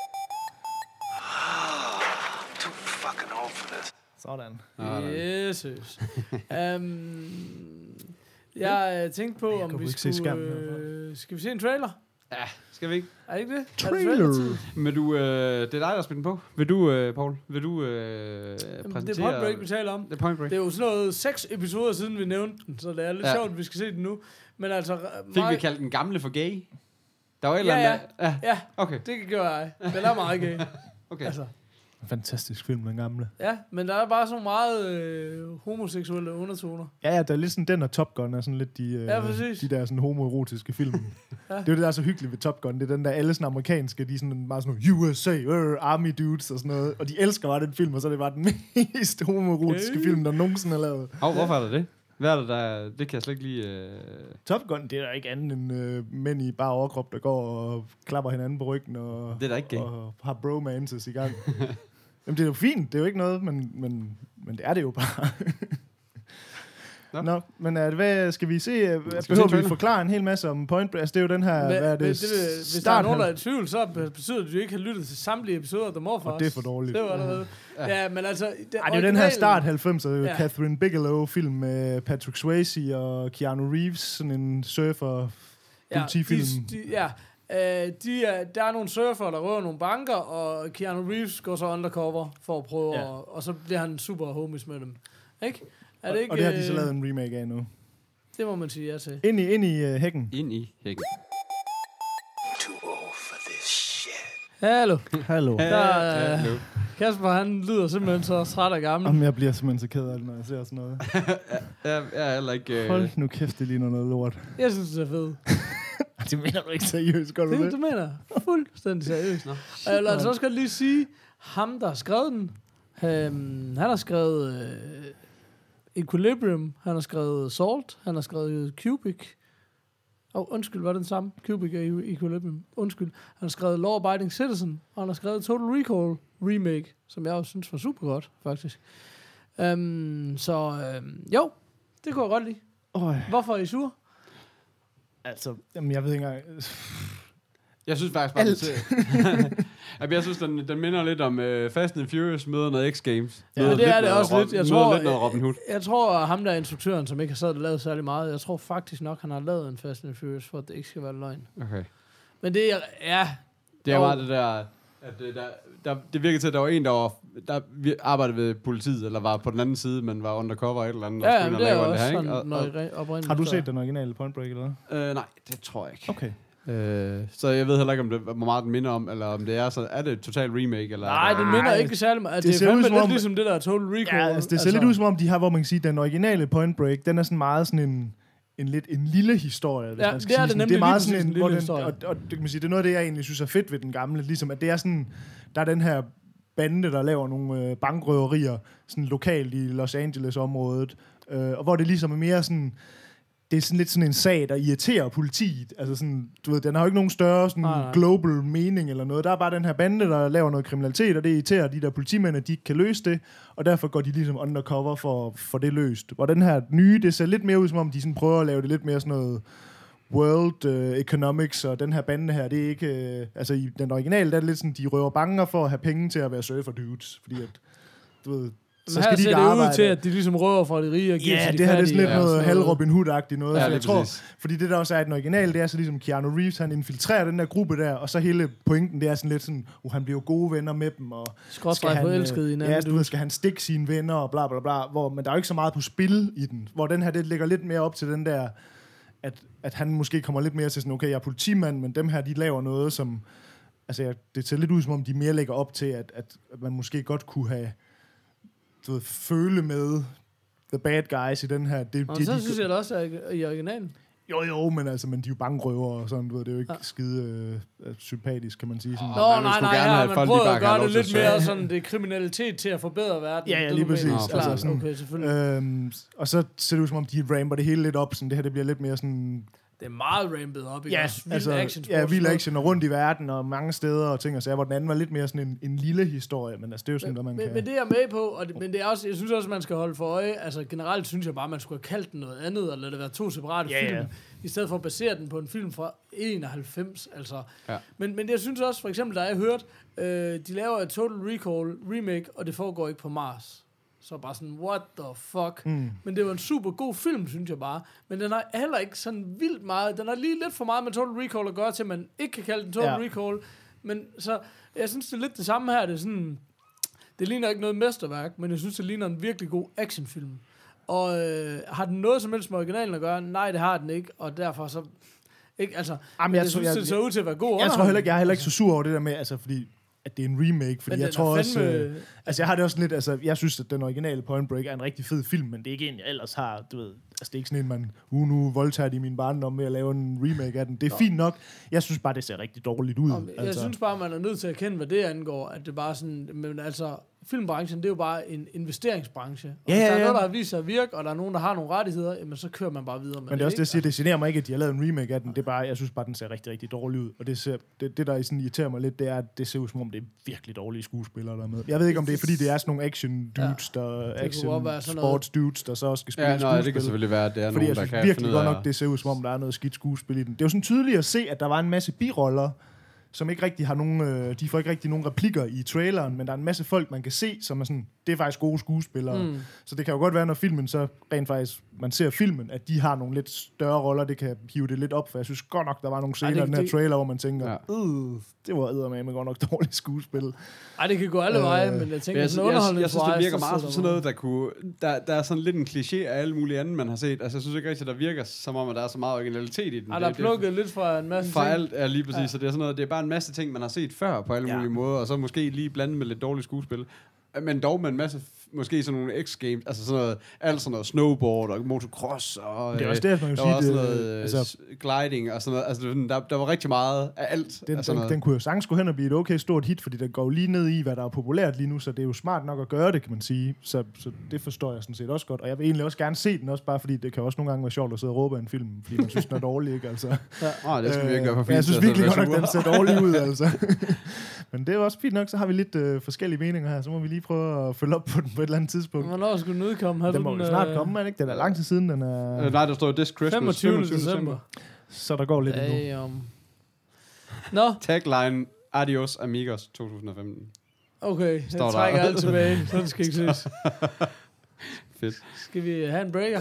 Too fucking old for this. Sådan. Jesus. Jeg tænkte på, om vi skulle... skal vi se en trailer? Ja, skal vi ikke? Er det ikke det? Trailer! Men du, det er dig, der spiller den på. Vil du, Paul, præsentere... Det er Point Break, vi taler om. Det er Point Break. Det er jo sådan noget 6 episoder siden, vi nævnte den, så det er lidt sjovt, at vi skal se den nu. Men altså... Fik vi kaldt den gamle for gay? Der var et eller andet... Ja, okay. Det gør jeg. Den er meget gay. Okay. Altså. Fantastisk film, den gamle. Ja, men der er bare sådan meget homoseksuelle undertoner. Ja, der er lidt sådan den, og Top Gun er sådan lidt de der sådan homoerotiske film. Det er jo det, der er så hyggeligt ved Top Gun. Det er den der, alle sådan amerikanske, de er sådan meget sådan USA, Army dudes og sådan noget. Og de elsker bare den film, og så er det bare den mest homoerotiske film, der nogensinde er lavet. Hvorfor er det det? Hvad er det, der... Det kan jeg slet ikke lige... Top Gun, det er der ikke andet end mænd i bare overkrop, der går og klapper hinanden på ryggen og, det er da ikke gay. Og har bromances i gang. Jamen, det er jo fint. Det er jo ikke noget, men det er det jo bare. Nå, men hvad skal vi se? Behøver vi forklare en hel masse om Point Break? Altså, det er jo den her... Hvad er det? Hvis der er nogen, der er i tvivl, så betyder det, at du ikke har lyttet til samtlige episoder af The Morphers. Og det er for dårligt. Det var allerede. Ja, men altså... Det er jo den her start 90'er, Catherine Bigelow-film med Patrick Swayze og Keanu Reeves, sådan en surfer-politifilm. Der er nogle surfer, der røver nogle banker, og Keanu Reeves går så undercover for at prøve, og så bliver han super homies med dem. Ikke? Er det ikke, og det har de så lavet en remake af nu. Det må man sige ja til. Ind i hækken. Ind i hækken. Too old for this shit. Hallo. Kasper, han lyder simpelthen så træt og gammel. Jamen, jeg bliver simpelthen så ked af det, når jeg ser sådan noget. Jeg er heller ikke... Hold nu kæft, det ligner noget lort. Jeg synes, det er fedt. Det mener du ikke seriøst, gør du det? Det mener jeg fuldstændig seriøst. Og jeg vil altså også godt lige sige, ham der har skrevet den, han har skrevet Equilibrium, han har skrevet Salt, han har skrevet Cubic. Undskyld, var det den samme? Cubic og Equilibrium. Undskyld. Han har skrevet Law Abiding Citizen, og han har skrevet Total Recall Remake, som jeg også synes var super godt, faktisk. Jo, det kunne jeg godt lide. Hvorfor er I sur? Altså, jamen, jeg ved ikke engang... Jeg synes faktisk bare, jeg synes, den minder lidt om Fast and Furious møder noget X-Games. Ja, det er det også lidt. Jeg tror, lidt noget Robin Hood. Jeg tror, ham der er instruktøren, som ikke har siddet og lavet særlig meget, jeg tror faktisk nok, han har lavet en Fast and Furious, for at det ikke skal være løgn. Okay. Men det er, det er meget det der... At det virkede til, at der var en, der arbejdede ved politiet, eller var på den anden side, men var undercover et eller andet. Ja, men det er også sådan, har du set den originale Point Break, eller hvad? Nej, det tror jeg ikke. Okay. Så jeg ved heller ikke, om det hvor meget den minder om, eller om det er så... Er det et total remake, eller... Nej, det minder ikke særlig meget. Det er fandme lidt ligesom det der Total Recall. Ja, altså, det ser lidt ud som om, de har, hvor man kan sige, den originale Point Break, den er sådan meget sådan en lille historie. Ja, det er det nemlig. Det er meget sådan en lille historie. Og det kan man sige, det er noget af det, jeg egentlig synes er fedt ved den gamle, ligesom at det er sådan, der er den her bande, der laver nogle bankrøverier, sådan lokalt i Los Angeles-området, og hvor det ligesom er mere sådan, det er sådan lidt sådan en sag, der irriterer politiet. Altså sådan, du ved, den har jo ikke nogen større sådan global mening eller noget. Der er bare den her bande, der laver noget kriminalitet, og det irriterer de der politimænd, at de ikke kan løse det, og derfor går de ligesom undercover for det løst. Og den her nye, det ser lidt mere ud, som om de sådan prøver at lave det lidt mere sådan noget world economics, og den her bande her, det er ikke... altså i den originale, der er det lidt sådan, de røver banker for at have penge til at være surfer dudes, fordi at, du ved... Så skal her de ser det arbejde. Ud til, at de ligesom røver fra de rige og giver til de det her fattige. Det er sådan lidt noget halv Robin Hood-agtigt noget. Ja, jeg tror, fordi det der også er et original, det er så ligesom Keanu Reeves, han infiltrerer den der gruppe der, og så hele pointen, det er sådan lidt sådan, han bliver gode venner med dem, og skal han forelsket i hinanden. Skal han stikke sine venner, og bla bla bla, men der er jo ikke så meget på spil i den, hvor den her, det ligger lidt mere op til den der, at han måske kommer lidt mere til sådan, okay, jeg er politimand, men dem her, de laver noget, som, altså det ser lidt ud, som om de mere lægger op til, at man måske godt kunne have føle med the bad guys i den her. Så synes jeg da også er i originalen. Jo, men de er jo bankrøver og sådan, du ved, det er jo ikke skide sympatisk, kan man sige. Sådan. Nej, man prøver at gøre det lidt mere sådan, det er kriminalitet til at forbedre verden. Ja, lige præcis. Altså, sådan, okay, selvfølgelig. Og så ser det ud, som om de ramper det hele lidt op, sådan det her, det bliver lidt mere sådan... Det er meget rampet op, ikke? Ja, vild action. Ja, vild action og rundt i verden og mange steder og ting og sager, hvor den anden var lidt mere sådan en lille historie, men altså det er jo sådan, hvad man kan... Men det er jeg med på, men det er også, jeg synes også, man skal holde for øje, altså generelt synes jeg bare, man skulle have kaldt den noget andet, og lade det være 2 separate film, i stedet for at basere den på en film fra 91, altså. Ja. Men jeg synes også, for eksempel, da jeg hørt, de laver et Total Recall remake, og det foregår ikke på Mars. Så bare sådan, what the fuck? Men det var en super god film, synes jeg bare. Men den har heller ikke sådan vildt meget. Den har lige lidt for meget med Total Recall at gøre til, at man ikke kan kalde den Total Recall. Men så, jeg synes, det er lidt det samme her. Det er sådan, det ligner ikke noget mesterværk, men jeg synes, det ligner en virkelig god actionfilm. Og har den noget som helst med originalen at gøre? Nej, det har den ikke. Og derfor så... Ikke, altså, jeg synes, det ser ud til at være god. Jeg er heller ikke så sur over det der med, altså fordi... at det er en remake, fordi jeg tror også... altså, jeg har det også lidt... Altså, jeg synes, at den originale Point Break er en rigtig fed film, men det er ikke en, jeg ellers har, du ved... Altså, det er ikke sådan en, man... nu voldtager de min barndom med at lave en remake af den. Det er fint nok. Jeg synes bare, det ser rigtig dårligt ud. Jeg synes bare, man er nødt til at kende, hvad det angår, at det bare sådan... Men altså, filmbranchen, det er jo bare en investeringsbranche. Og hvis der er noget, der har vist sig at virke, og der er nogen, der har nogle rettigheder, jamen, så kører man bare videre med det. Men det er også det, jeg siger, det generer mig ikke, at de har lavet en remake af den. Det er bare, jeg synes bare, den ser rigtig, rigtig dårlig ud. Og det der sådan irriterer mig lidt, det er, at det ser ud som om, det er virkelig dårlige skuespillere, der er med. Jeg ved ikke, om det er, fordi det er sådan nogle action dudes, action sports dudes, der så også skal spille skuespil. Ja, det kan selvfølgelig være, at det er fordi nogen, der kan finde ud af... Fordi jeg synes virkelig godt nok, det ser ud som om, der er noget skidt skuespil i den. Det er jo sådan tydeligt at se, at der var en masse biroller, som ikke rigtig har nogen... de får ikke rigtig nogen replikker i traileren, men der er en masse folk, man kan se, som er sådan... Det er faktisk gode skuespillere. Så det kan jo godt være, når filmen så rent faktisk... Man ser filmen, at de har nogle lidt større roller. Det kan hive det lidt op, for jeg synes godt nok, der var nogle scener i den her trailer, hvor man tænker... det var eddermame godt nok dårligt skuespil. Ej, det kan gå alle veje, men jeg tænker... Jeg synes, det virker meget som sådan noget, der kunne... Der er sådan lidt en kliché af alle mulige andre, man har set. Altså, jeg synes ikke rigtig, der virker som om, at der er så meget originalitet i den. Der er plukket lidt fra en masse ting. Alt er lige præcis, så det er sådan noget... Det er bare en masse ting, man har set før på alle mulige måder, og så måske lige blandet med lidt dårligt skuespil. Men dog med en masse, måske sådan nogle X-games, altså sådan noget, alt sådan noget snowboard og motocross, og det er også det, man kan sige, sådan noget altså, gliding og sådan noget, altså der var rigtig meget af alt. Den kunne jo sagtens gå hen og blive et okay stort hit, fordi den går lige ned i, hvad der er populært lige nu, så det er jo smart nok at gøre det, kan man sige. Så det forstår jeg sådan set også godt, og jeg vil egentlig også gerne se den, også bare fordi det kan også nogle gange være sjovt at sidde og råbe af en film, fordi man synes, den er dårlig, ikke? Altså. Det skal vi ikke gøre for fint. Jeg synes virkelig godt nok, den ser dårlig ud, altså. Men det er også fint nok, så har vi lidt forskellige meninger her, så må vi lige prøve at følge op på den på et eller andet tidspunkt. Hvornår skulle den udkomme? Den må jo snart komme, man ikke? Den er lang tid siden, den er... nej, der står This Christmas. 25. december. Så der går lidt endnu. Nå. Tagline, Adios Amigos 2015. Okay, jeg trækker alt tilbage, så det skal ikke ses. Fedt. Skal vi have en breaker?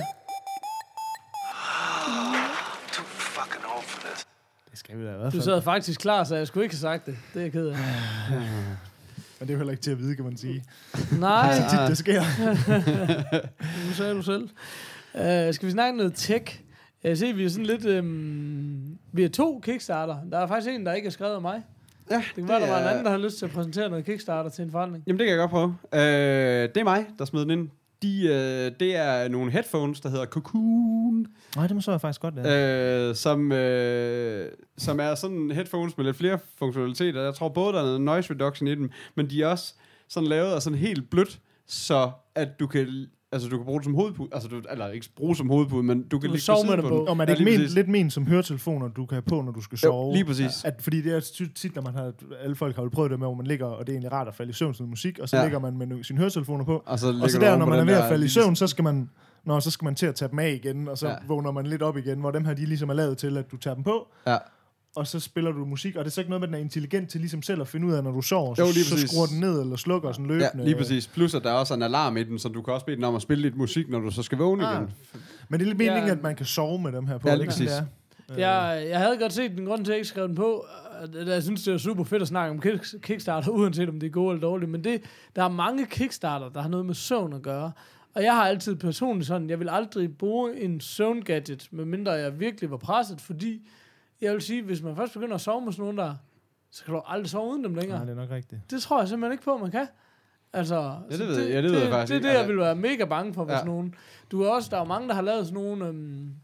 Too fucking old for this. Det skal vi da i hvert fald. Du sad faktisk klar, så jeg skulle ikke have sagt det. Det er jeg ked af. Men det er jo heller ikke til at vide, kan man sige. Nej. Så tit det sker. Nu sagde du selv. Skal vi snakke noget tech? Jeg ser, vi er sådan lidt... vi er 2 Kickstarter. Der er faktisk en, der ikke er skrevet af mig. Ja, det kan være, der var en anden, der har lyst til at præsentere noget Kickstarter til en forandring. Jamen, det kan jeg godt prøve. Det er mig, der smed den ind. Det er nogle headphones, der hedder Cocoon. Nej, det må så jeg faktisk godt, ja. Som er sådan headphones med lidt flere funktionaliteter. Jeg tror både, der er noget noise reduction i dem, men de er også sådan lavet og sådan helt blødt, så at du kan... Altså, du kan bruge det som hovedpude. Altså, eller ikke bruge som hovedpude, men du kan ligge sove med det på. Og man er ikke lidt ment som høretelefoner, du kan have på, når du skal sove. Lige præcis. Fordi det er tit, når man har... Alle folk har jo prøvet det med, hvor man ligger, og det er egentlig rart at falde i søvn til musik, og så ligger man med sine høretelefoner på. Og så der, når man er ved at falde i søvn, så skal man til at tage dem af igen, og så vågner man lidt op igen, hvor dem her, de ligesom er lavet til, at du tager dem på. Ja. Og så spiller du musik, og det er så ikke noget med, at den er intelligent til ligesom selv at finde ud af, når du sover, så skruer den ned eller slukker sådan løbende. Ja, lige præcis. Plus, at der er også en alarm i den, så du kan også bede den om at spille lidt musik, når du så skal vågne igen. Men det er lidt meningen, at man kan sove med dem her på. Ja, lige præcis. Jeg havde godt set den grund til, at jeg ikke skrev den på. Jeg synes, det er super fedt at snakke om Kickstarter, uanset om det er gode eller dårlige. Men der er mange Kickstarter, der har noget med søvn at gøre. Og jeg har altid personligt sådan, jeg vil aldrig bruge en søvngadget, medmindre jeg virkelig var presset, fordi jeg vil sige, hvis man først begynder at sove med sådan nogen der, så kan du aldrig sove uden dem længere. Nej, det er nok rigtigt. Det tror jeg simpelthen ikke på, man kan. Altså, det ved jeg faktisk ikke. Det er det, jeg vil være mega bange for, hvis nogen. Der er jo mange, der har lavet sådan nogle...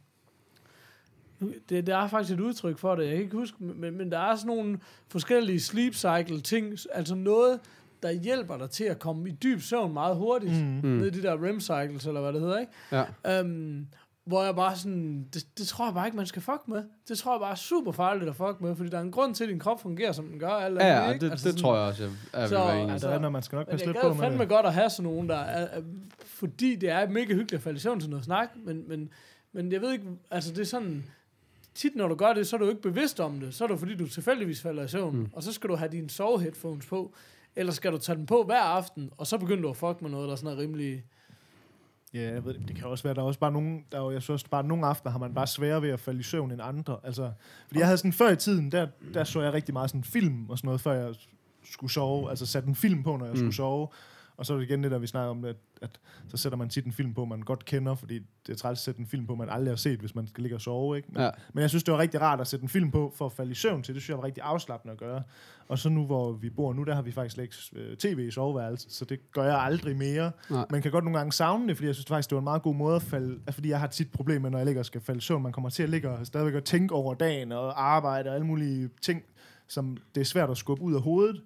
Det er faktisk et udtryk for det, jeg kan ikke huske, men der er sådan nogle forskellige sleep cycle ting, altså noget, der hjælper dig til at komme i dyb søvn meget hurtigt, ned i de der REM cycles, eller hvad det hedder, ikke? Ja. Hvor jeg bare sådan, det tror jeg bare ikke, man skal fuck med. Det tror jeg bare er super farligt at fuck med, fordi der er en grund til, at din krop fungerer, som den gør. Det tror jeg også, jeg vil være enig. Altså, man skal nok passe lidt på med det. Jeg gad fandme godt at have sådan nogen, der fordi det er mega hyggeligt at falde i søvn til noget snak, men jeg ved ikke, altså det er sådan... Tit når du gør det, så er du ikke bevidst om det. Så er det fordi, du tilfældigvis falder i søvn. Og så skal du have dine soveheadphones på. Eller skal du tage dem på hver aften, og så begynder du at fuck med noget, der sådan er rimelig... Ja, jeg ved det kan også være, der er også bare nogen... jeg synes bare, nogle aftener har man bare sværere ved at falde i søvn end andre. Altså, fordi jeg havde sådan før i tiden, der så jeg rigtig meget sådan film og sådan noget, før jeg skulle sove. Altså satte en film på, når jeg skulle sove. Og så er det igen det, der vi snakker om, at så sætter man tit en film på, man godt kender, fordi det er træls at sætte en film på, man aldrig har set, hvis man skal ligge og sove, ikke? Men jeg synes, det var rigtig rart at sætte en film på, for at falde i søvn til. Det synes jeg var rigtig afslappende at gøre. Og så nu, hvor vi bor nu, der har vi faktisk slet ikke tv i soveværelset, så det gør jeg aldrig mere. Man kan godt nogle gange savne det, fordi jeg synes faktisk, det var en meget god måde at falde, fordi jeg har tit problemer, når jeg ligger og skal falde i søvn. Man kommer til at ligge og stadigvæk og tænke over dagen, og arbejde og alle mulige ting, som det er svært at skubbe ud af hovedet.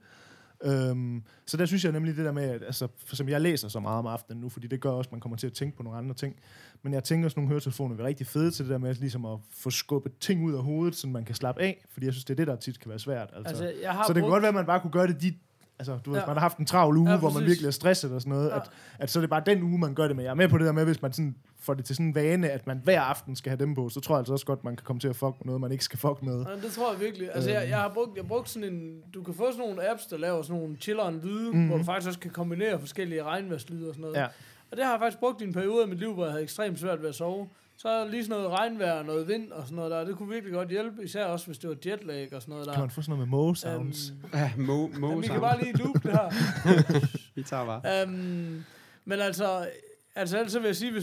Så der synes jeg nemlig det der med, at, altså, for eksempel jeg læser så meget om aftenen nu, fordi det gør også, at man kommer til at tænke på nogle andre ting. Men jeg tænker, at nogle høretelefoner er rigtig fede til det der med ligesom at få skubbet ting ud af hovedet, så man kan slappe af, fordi jeg synes, det er det, der tit kan være svært. Altså så det kan godt være, at man bare kunne gøre det altså, du ved, man har haft en travl uge, hvor man virkelig er stresset og sådan noget, at så er det bare den uge, man gør det med. Jeg er med på det der med, hvis man sådan får det til sådan en vane, at man hver aften skal have dem på, så tror jeg altså også godt, man kan komme til at fuck med noget, man ikke skal fuck med. Ja, det tror jeg virkelig. Altså, jeg har brugt sådan en... Du kan få sådan nogle apps, der laver sådan nogle chilleren-lyde, hvor du faktisk også kan kombinere forskellige regnværslyde og sådan noget. Ja. Og det har jeg faktisk brugt i en periode af mit liv, hvor jeg havde ekstremt svært ved at sove. Så lige sådan noget regnvejr, noget vind og sådan noget der, det kunne virkelig godt hjælpe, især også hvis det var jetlag og sådan noget der. Kan man få sådan noget med Mo-sounds? Mo-sounds. Vi kan bare lige loop det her. Vi tager bare. Men altså vil jeg sige,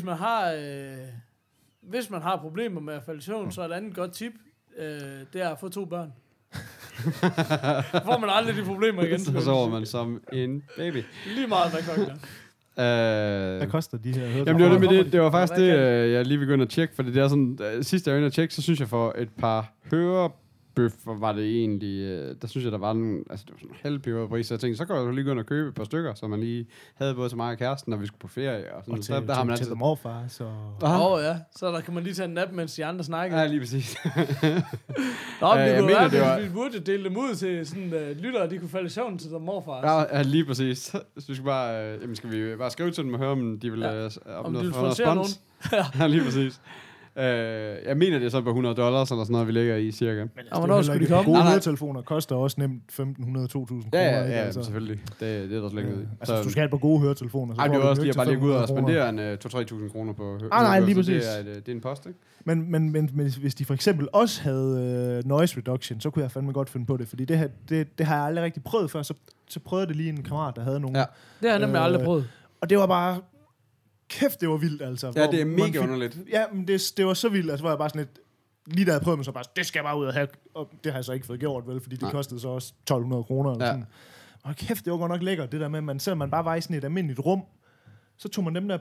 hvis man har problemer med at falde i søvn, så er et andet godt tip, det er at få 2 børn. Får man aldrig de problemer igen. Så sover man som en baby. Lige meget, hvad klokken er. Hvad koster de her høretelefoner? Jamen det var faktisk det, jeg lige begyndte at tjekke, for det er sådan, sidst jeg var inde at tjekke, så synes jeg for et par hørebøffer var det egentlig, der synes jeg, der var en, altså det var sådan en halvpeber pris, så jeg tænkte, så kan jeg jo lige gå ind og købe et par stykker, så man lige havde både til mig og kæresten, når vi skulle på ferie og sådan og til, der har man altid til morfar, så... ja, så der kan man lige tage en nap, mens de andre snakker. Ja, lige præcis. Nå, men det kunne være, at vi burde dele dem ud til sådan lyttere, de kunne falde i søvn til der morfar. Ja, lige præcis. Så vi skal bare, skal vi bare skrive til dem og høre, om de vil om de vil sponsere nogen. Ja, lige præcis. Jeg mener, det er så på $100 eller sådan noget, vi ligger i cirka. Men hvornår skulle de komme? Gode høretelefoner koster også nemt 1.500-2.000 kroner. Ja, altså. Selvfølgelig. Det er der slet ikke ud i. Altså, hvis du skal have på gode høretelefoner, så det er også lige at bare lige gå ud og spendere en 2-3.000 kroner på høretelefoner. Nej, lige præcis. Det er en post, ikke? Men hvis de for eksempel også havde noise reduction, så kunne jeg fandme godt finde på det, fordi det har jeg aldrig rigtig prøvet før. Så prøvede det lige en kammerat, der havde nogen. Ja. Det har jeg nemlig aldrig prøvet. Og det var bare... Kæft, det var vildt, altså. Ja, det er mega underligt. Ja, men det var så vildt, altså, hvor jeg bare sådan lidt... Lige da jeg prøvede mig, så bare, det skal jeg bare ud og have. Og det har jeg så ikke fået gjort, vel, fordi det kostede så også 1.200 kroner eller sådan. Og kæft, det var godt nok lækkert, det der med, selvom man bare var i sådan et almindeligt rum, så tog man dem der på,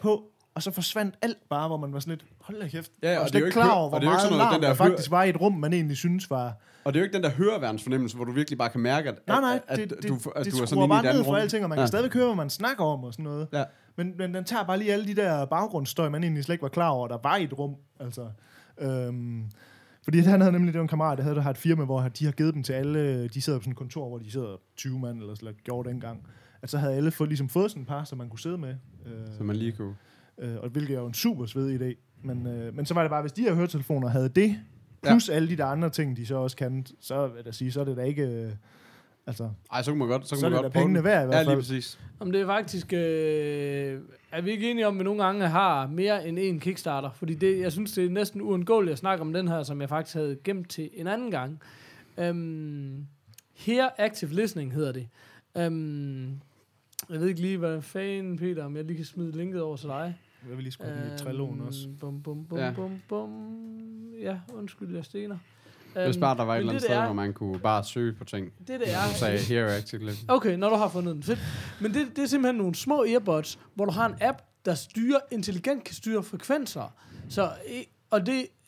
og så forsvandt alt bare, hvor man var sådan lidt, hold da kæft. Ja, og og slet det er jo ikke ikke klar over, hvor og det er jo ikke meget sådan noget, larm den der der faktisk var i et rum, man egentlig synes var... Og det er jo ikke den der høreværnsfornemmelse, hvor du virkelig bare kan mærke, at Nej, at du er sådan skruer inde i bare et andet ned for rum. alting, og man kan stadig høre, hvad man snakker om og sådan noget. Ja. Men den tager bare lige alle de der baggrundsstøj, man egentlig slet ikke var klar over, der var i et rum. Altså, fordi han havde nemlig, det var en kammerat, der har et firma, hvor de har givet dem til alle, de sidder på sådan et kontor, hvor de sidder 20 mand, eller sådan gjorde dengang. At så havde alle fået sådan et par, som man kunne sidde med. Så man lige kunne... Og hvilket er jo en super svedig idé. Men så var det bare, hvis de her høretelefoner havde det, plus alle de der andre ting, de så også kan, så vil jeg sige, så er det da ikke... Ej, så kunne man godt, så er det da pengene værd i hvert fald. Ja, lige præcis. Om det er faktisk... er vi ikke enige om, at vi nogle gange har mere end en Kickstarter? Fordi jeg synes, det er næsten uundgåeligt at snakke om den her, som jeg faktisk havde gemt til en anden gang. Here Active Listening hedder det. Jeg ved ikke lige, hvad fanden, Peter, om jeg lige kan smide linket over til dig. Jeg vil lige skrive lidt Trelloen også. Ja, undskyld, jeg stener. Hvis bare der var et eller andet sted, hvor man kunne bare søge på ting. Det er... Du sagde here actually. Okay, når du har fundet den. Fedt. Men det er simpelthen nogle små earbuds, hvor du har en app, der intelligent kan styre frekvenser. Så, og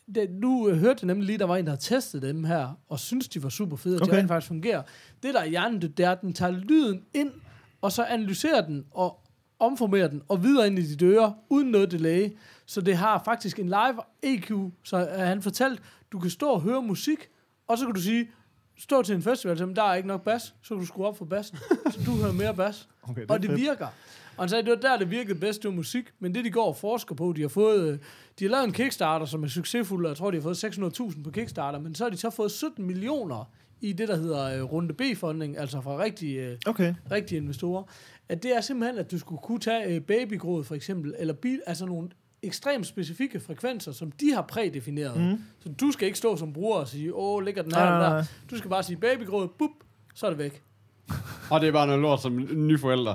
nu hørte jeg nemlig lige, der var en, der havde testet dem her, og synes de var super fede, og de faktisk fungerer. Det der er hjernen, det er, at den tager lyden ind, og så analyserer den, og omformerer den, og videre ind i dit øre, uden noget delay. Så det har faktisk en live EQ, så han fortalt, du kan stå og høre musik, og så kan du sige, stå til en festival, så der er ikke nok bas, så kan du skrue op for bassen, så du hører mere bas. Okay, og det virker. Og han sagde, det var der, det virkede bedst, det var musik, men det de går og forsker på, de har lavet en Kickstarter, som er succesfuld, og jeg tror, de har fået 600.000 på Kickstarter, men så har de så fået 17 millioner i det, der hedder runde B-funding, altså fra rigtige investorer. At det er simpelthen, at du skulle kunne tage babygråd for eksempel, eller altså nogle ekstremt specifikke frekvenser, som de har prædefineret. Så du skal ikke stå som bruger og sige, ligger den her eller der. Du skal bare sige babygråd, bup, så er det væk. Og det er bare noget lort som nye forældre.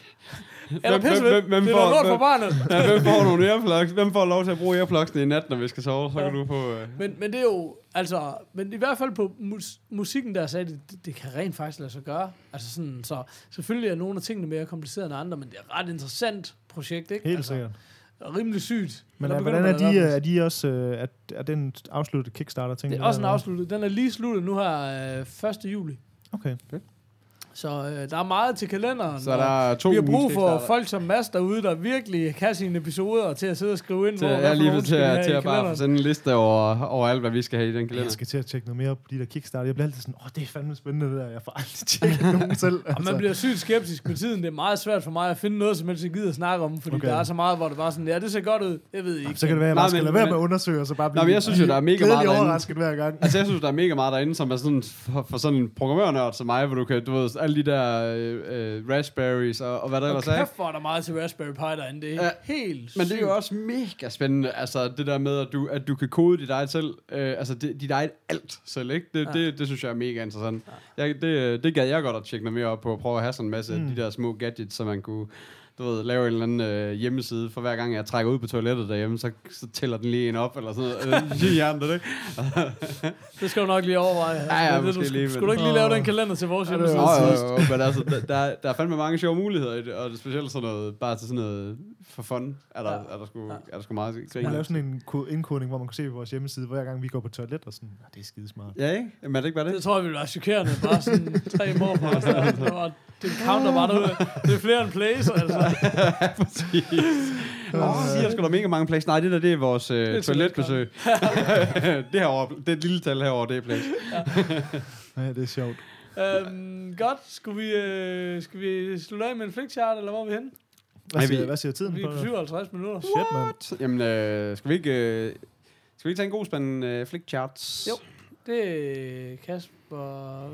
Eller pissevidt. Det er lort for barnet. Ja, hvem får nogle earplugs? Hvem får lov til at bruge earplugsene i nat, når vi skal sove? Så kan du få... Men det er jo... Altså, men i hvert fald på musikken der sagde, det kan rent faktisk lade sig gøre. Altså sådan, så selvfølgelig er nogle af tingene mere komplicerede end andre, men det er et ret interessant projekt, ikke? Helt sikkert. Rimelig sygt. Men hvordan er de også... Er den afsluttet Kickstarter-ting? Det er også en afsluttet. Den er lige sluttet nu her 1. juli. Okay. Så der er meget til kalenderen. Så der er 2 vi har brug for folk som Mads derude, der virkelig kan sine episoder til at sidde og skrive ind. Jeg er lige til at bare sende en liste over alt, hvad vi skal have i den kalender. Jeg skal til at tjekke noget mere på de der Kickstarter. Jeg bliver altid sådan, det er fandme spændende det der. Jeg får aldrig tjekket nogen selv. Altså. Og man bliver sygt skeptisk med tiden. Det er meget svært for mig at finde noget, som jeg gider at snakke om, fordi der er så meget, hvor det bare sådan, det ser godt ud. Jeg ved ikke. Så kan det være, at jeg skal lade være med at undersøge, og så bare blive jeg synes jo, der er mega meget overrasket hver gang. Altså, jeg synes, der er mega meget derinde, som er sådan for sådan en programmørnørd som mig, hvor du kan, alle de der raspberries og hvad der ellers er. Og kæft, hvor er der meget til Raspberry Pi derinde. Det er helt sygt. Men det er jo også mega spændende, altså det der med, at du kan kode dit eget selv, altså dit eget alt selv, ikke? Det synes jeg er mega interessant. Ja. Det gad jeg godt at tjekke noget mere op på, og prøve at have sådan en masse af de der små gadgets, så man kunne lave en eller anden hjemmeside, for hver gang jeg trækker ud på toilettet derhjemme, så tæller den lige en op, eller sådan noget. Det skal du nok lige overveje. Skulle du ikke lige lave den kalender til vores hjemmeside? Men altså, der er fandme mange sjove muligheder i det, og det er specielt sådan noget, bare til sådan noget for fun, er der sgu meget grin. Man laver sådan en indkodning, hvor man kan se på vores hjemmeside, hver gang vi går på toilet, og sådan, det er skidesmart. Ja, ikke? Men er det ikke bare det? Det tror jeg ville være chokerende, bare sådan 3 morfar. Det counter bare derude. Det er flere end plays, altså. Ja, præcis. Siger sgu da mega mange plays. Nej, det er vores toiletbesøg. Det herovre, det er et lille tal herovre, det er plays. Ja, det er sjovt. Godt. Skal vi slutte af med en flickchart, eller hvor er vi henne? Hvad siger tiden? Vi er på 57 minutter. Shit, man. Jamen, skal vi ikke tage en god spand flickcharts? Jo, det er Kasper.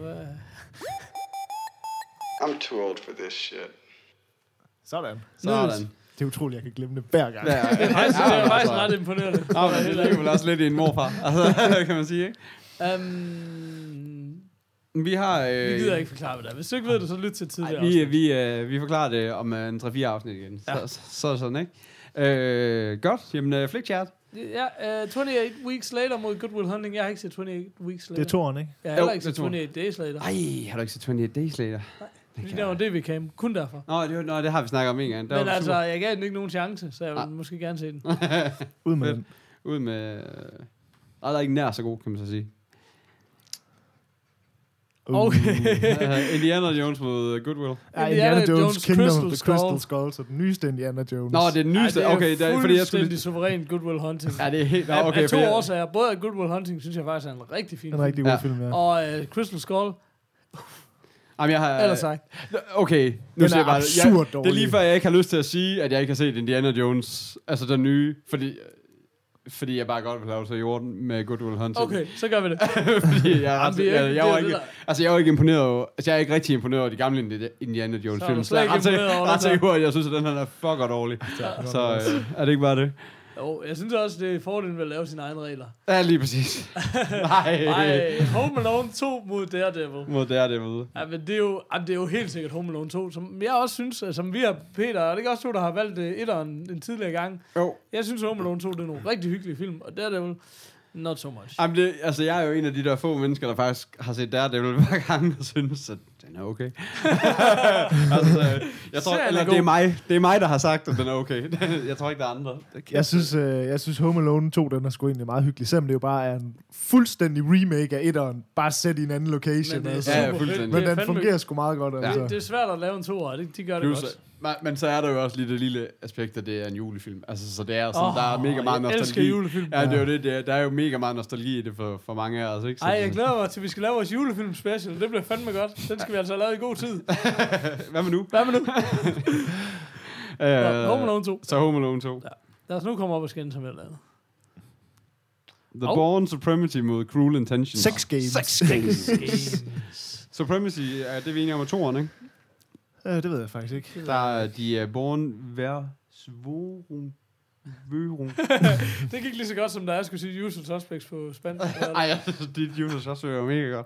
I'm too old for this shit. Sådan. Det er utroligt, jeg kan glemme det hver gang. Det er faktisk ret imponerende. Det er vel også lidt i en morfar, altså, kan man sige, ikke? Vi gider ikke forklare, hvad det er. Hvis du ikke ved det, så lyt til tidligere. Vi forklarer det om en 3-4 afsnit igen. Ja. Så er det sådan, ikke? Godt. Jamen, flickchat. Ja, 28 Weeks Later mod Good Will Hunting. Jeg har ikke set 28 Weeks Later. Det er toren, ikke? Jeg har heller ikke set 28 Days Later. Ej, har du ikke set 28 Days Later? Nej. Fordi der var DV-cam. Kun derfor. Det har vi snakket om en gang. Men altså, jeg gav den ikke nogen chance, så jeg vil måske gerne se den. Ud med den. Ud med... der er ikke nær så god, kan man så sige. Okay. Indiana Jones mod Goodwill. Ja, Indiana Jones Kingdom of Crystal the Crystal Skull, så den nyeste Indiana Jones. Nå, det er den nyeste. Okay, det er fordi jeg skulle... fuldstændig suveræn Good Will Hunting. Ja, det er helt... Af to årsager. Både Good Will Hunting, synes jeg faktisk er en rigtig fin En rigtig god film, ja. Og Crystal Skull, Jamen, jeg har... ellers sagt. Okay, nu Den siger er jeg bare... absurd det er dårlig. lige før, jeg ikke har lyst til at sige, at jeg ikke har set Indiana Jones, altså den nye, fordi jeg bare godt vil lave sig i orden med Good Will Hunting. Okay, så gør vi det. Fordi jeg var det ikke... der. Altså, jeg var ikke imponeret over... Altså, jeg er ikke rigtig imponeret over de gamle Indiana Jones Så er film. du slet ikke imponeret over ret den sikker der? på, at jeg synes, at den her er fucker dårlig. Så er det ikke bare det? Jo, jeg synes også, det er fordelen ved at lave sine egne regler. Ja, lige præcis. Nej. Home Alone 2 mod Daredevil. Mod Daredevil. Ja, men det er jo helt sikkert Home Alone 2, som jeg også synes, som vi har, Peter, og det er ikke også to, der har valgt etteren en tidligere gang. Jo. Jeg synes, Home Alone 2, det er nogle rigtig hyggelige film, og Daredevil, not so much. Jamen altså, jeg er jo en af de der få mennesker, der faktisk har set Daredevil hver gang, og synes, at den er okay. Altså, jeg tror, eller det er mig, der har sagt, at den er okay. Jeg tror ikke, der er andre. Jeg synes Home Alone 2, den er sgu egentlig meget hyggelig, selvom det jo bare er en fuldstændig remake af etteren, bare sat i en anden location. Men det er altså. super fuldstændig. Men den fungerer sgu meget godt, altså. Det er svært at lave en toer, de gør det Plus, godt. men så er der jo også lige det lille aspekt, at det er en julefilm. Altså, så det er sådan, der er mega meget jeg elsker nostalgi. julefilm. Ja, det er jo det. Der er jo mega meget nostalgi i det for mange af os, ikke? Så Ej, jeg glæder mig til, at vi skal lave vores julefilm special. Det bliver fandme godt. Den skal vi altså have lavet i god tid. Hvad med nu? Home Alone 2. Så Home Alone 2. Ja. Lad os nu komme op og skænde som et eller andet. The Bourne Supremacy mod Cruel Intentions. Sex Games. Supremacy, er det vi enige om 2'eren, ikke? Det ved jeg faktisk ikke. Der er de Bourne Versvorum. Det gik lige så godt, som da jeg skulle sige Usual Suspects på spansk. Ej, dit Usual Suspects er mega godt.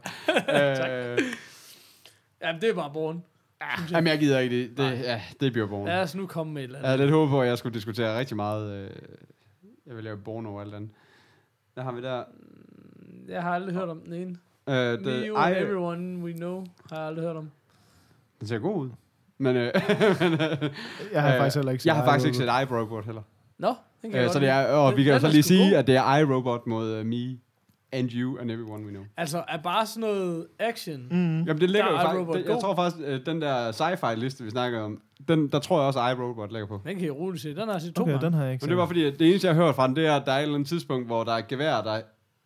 Jamen, det er bare Bourne. Jamen, jeg gider ikke det. Det bliver Bourne. Lad os nu komme med et eller andet. Jeg havde lidt håbet på, at jeg skulle diskutere rigtig meget. Jeg vil lave Bourne og alt andet. Hvad har vi der? Jeg har aldrig hørt om den ene. Neo, Everyone We Know, har jeg aldrig hørt om. Den ser god ud. Men, Jeg har faktisk heller ikke set jeg har faktisk ikke set iRobot heller. Nå, den kan jeg Så godt det er, og lide. vi kan jo Den så er lige sgu sige, god. at det er iRobot mod me and you and everyone we know. Altså, er bare sådan noget action. Jamen, det ligger Der jo er faktisk... iRobot Jeg god. tror faktisk, den der sci-fi-liste, vi snakker om, der tror jeg også, iRobot ligger på. Den kan I roligt se. Den har jeg set 2 Okay, gange. den har jeg ikke Men set. det var fordi, at det eneste, jeg har hørt fra den, det er, at der er et eller andet tidspunkt, hvor der er et gevær, der...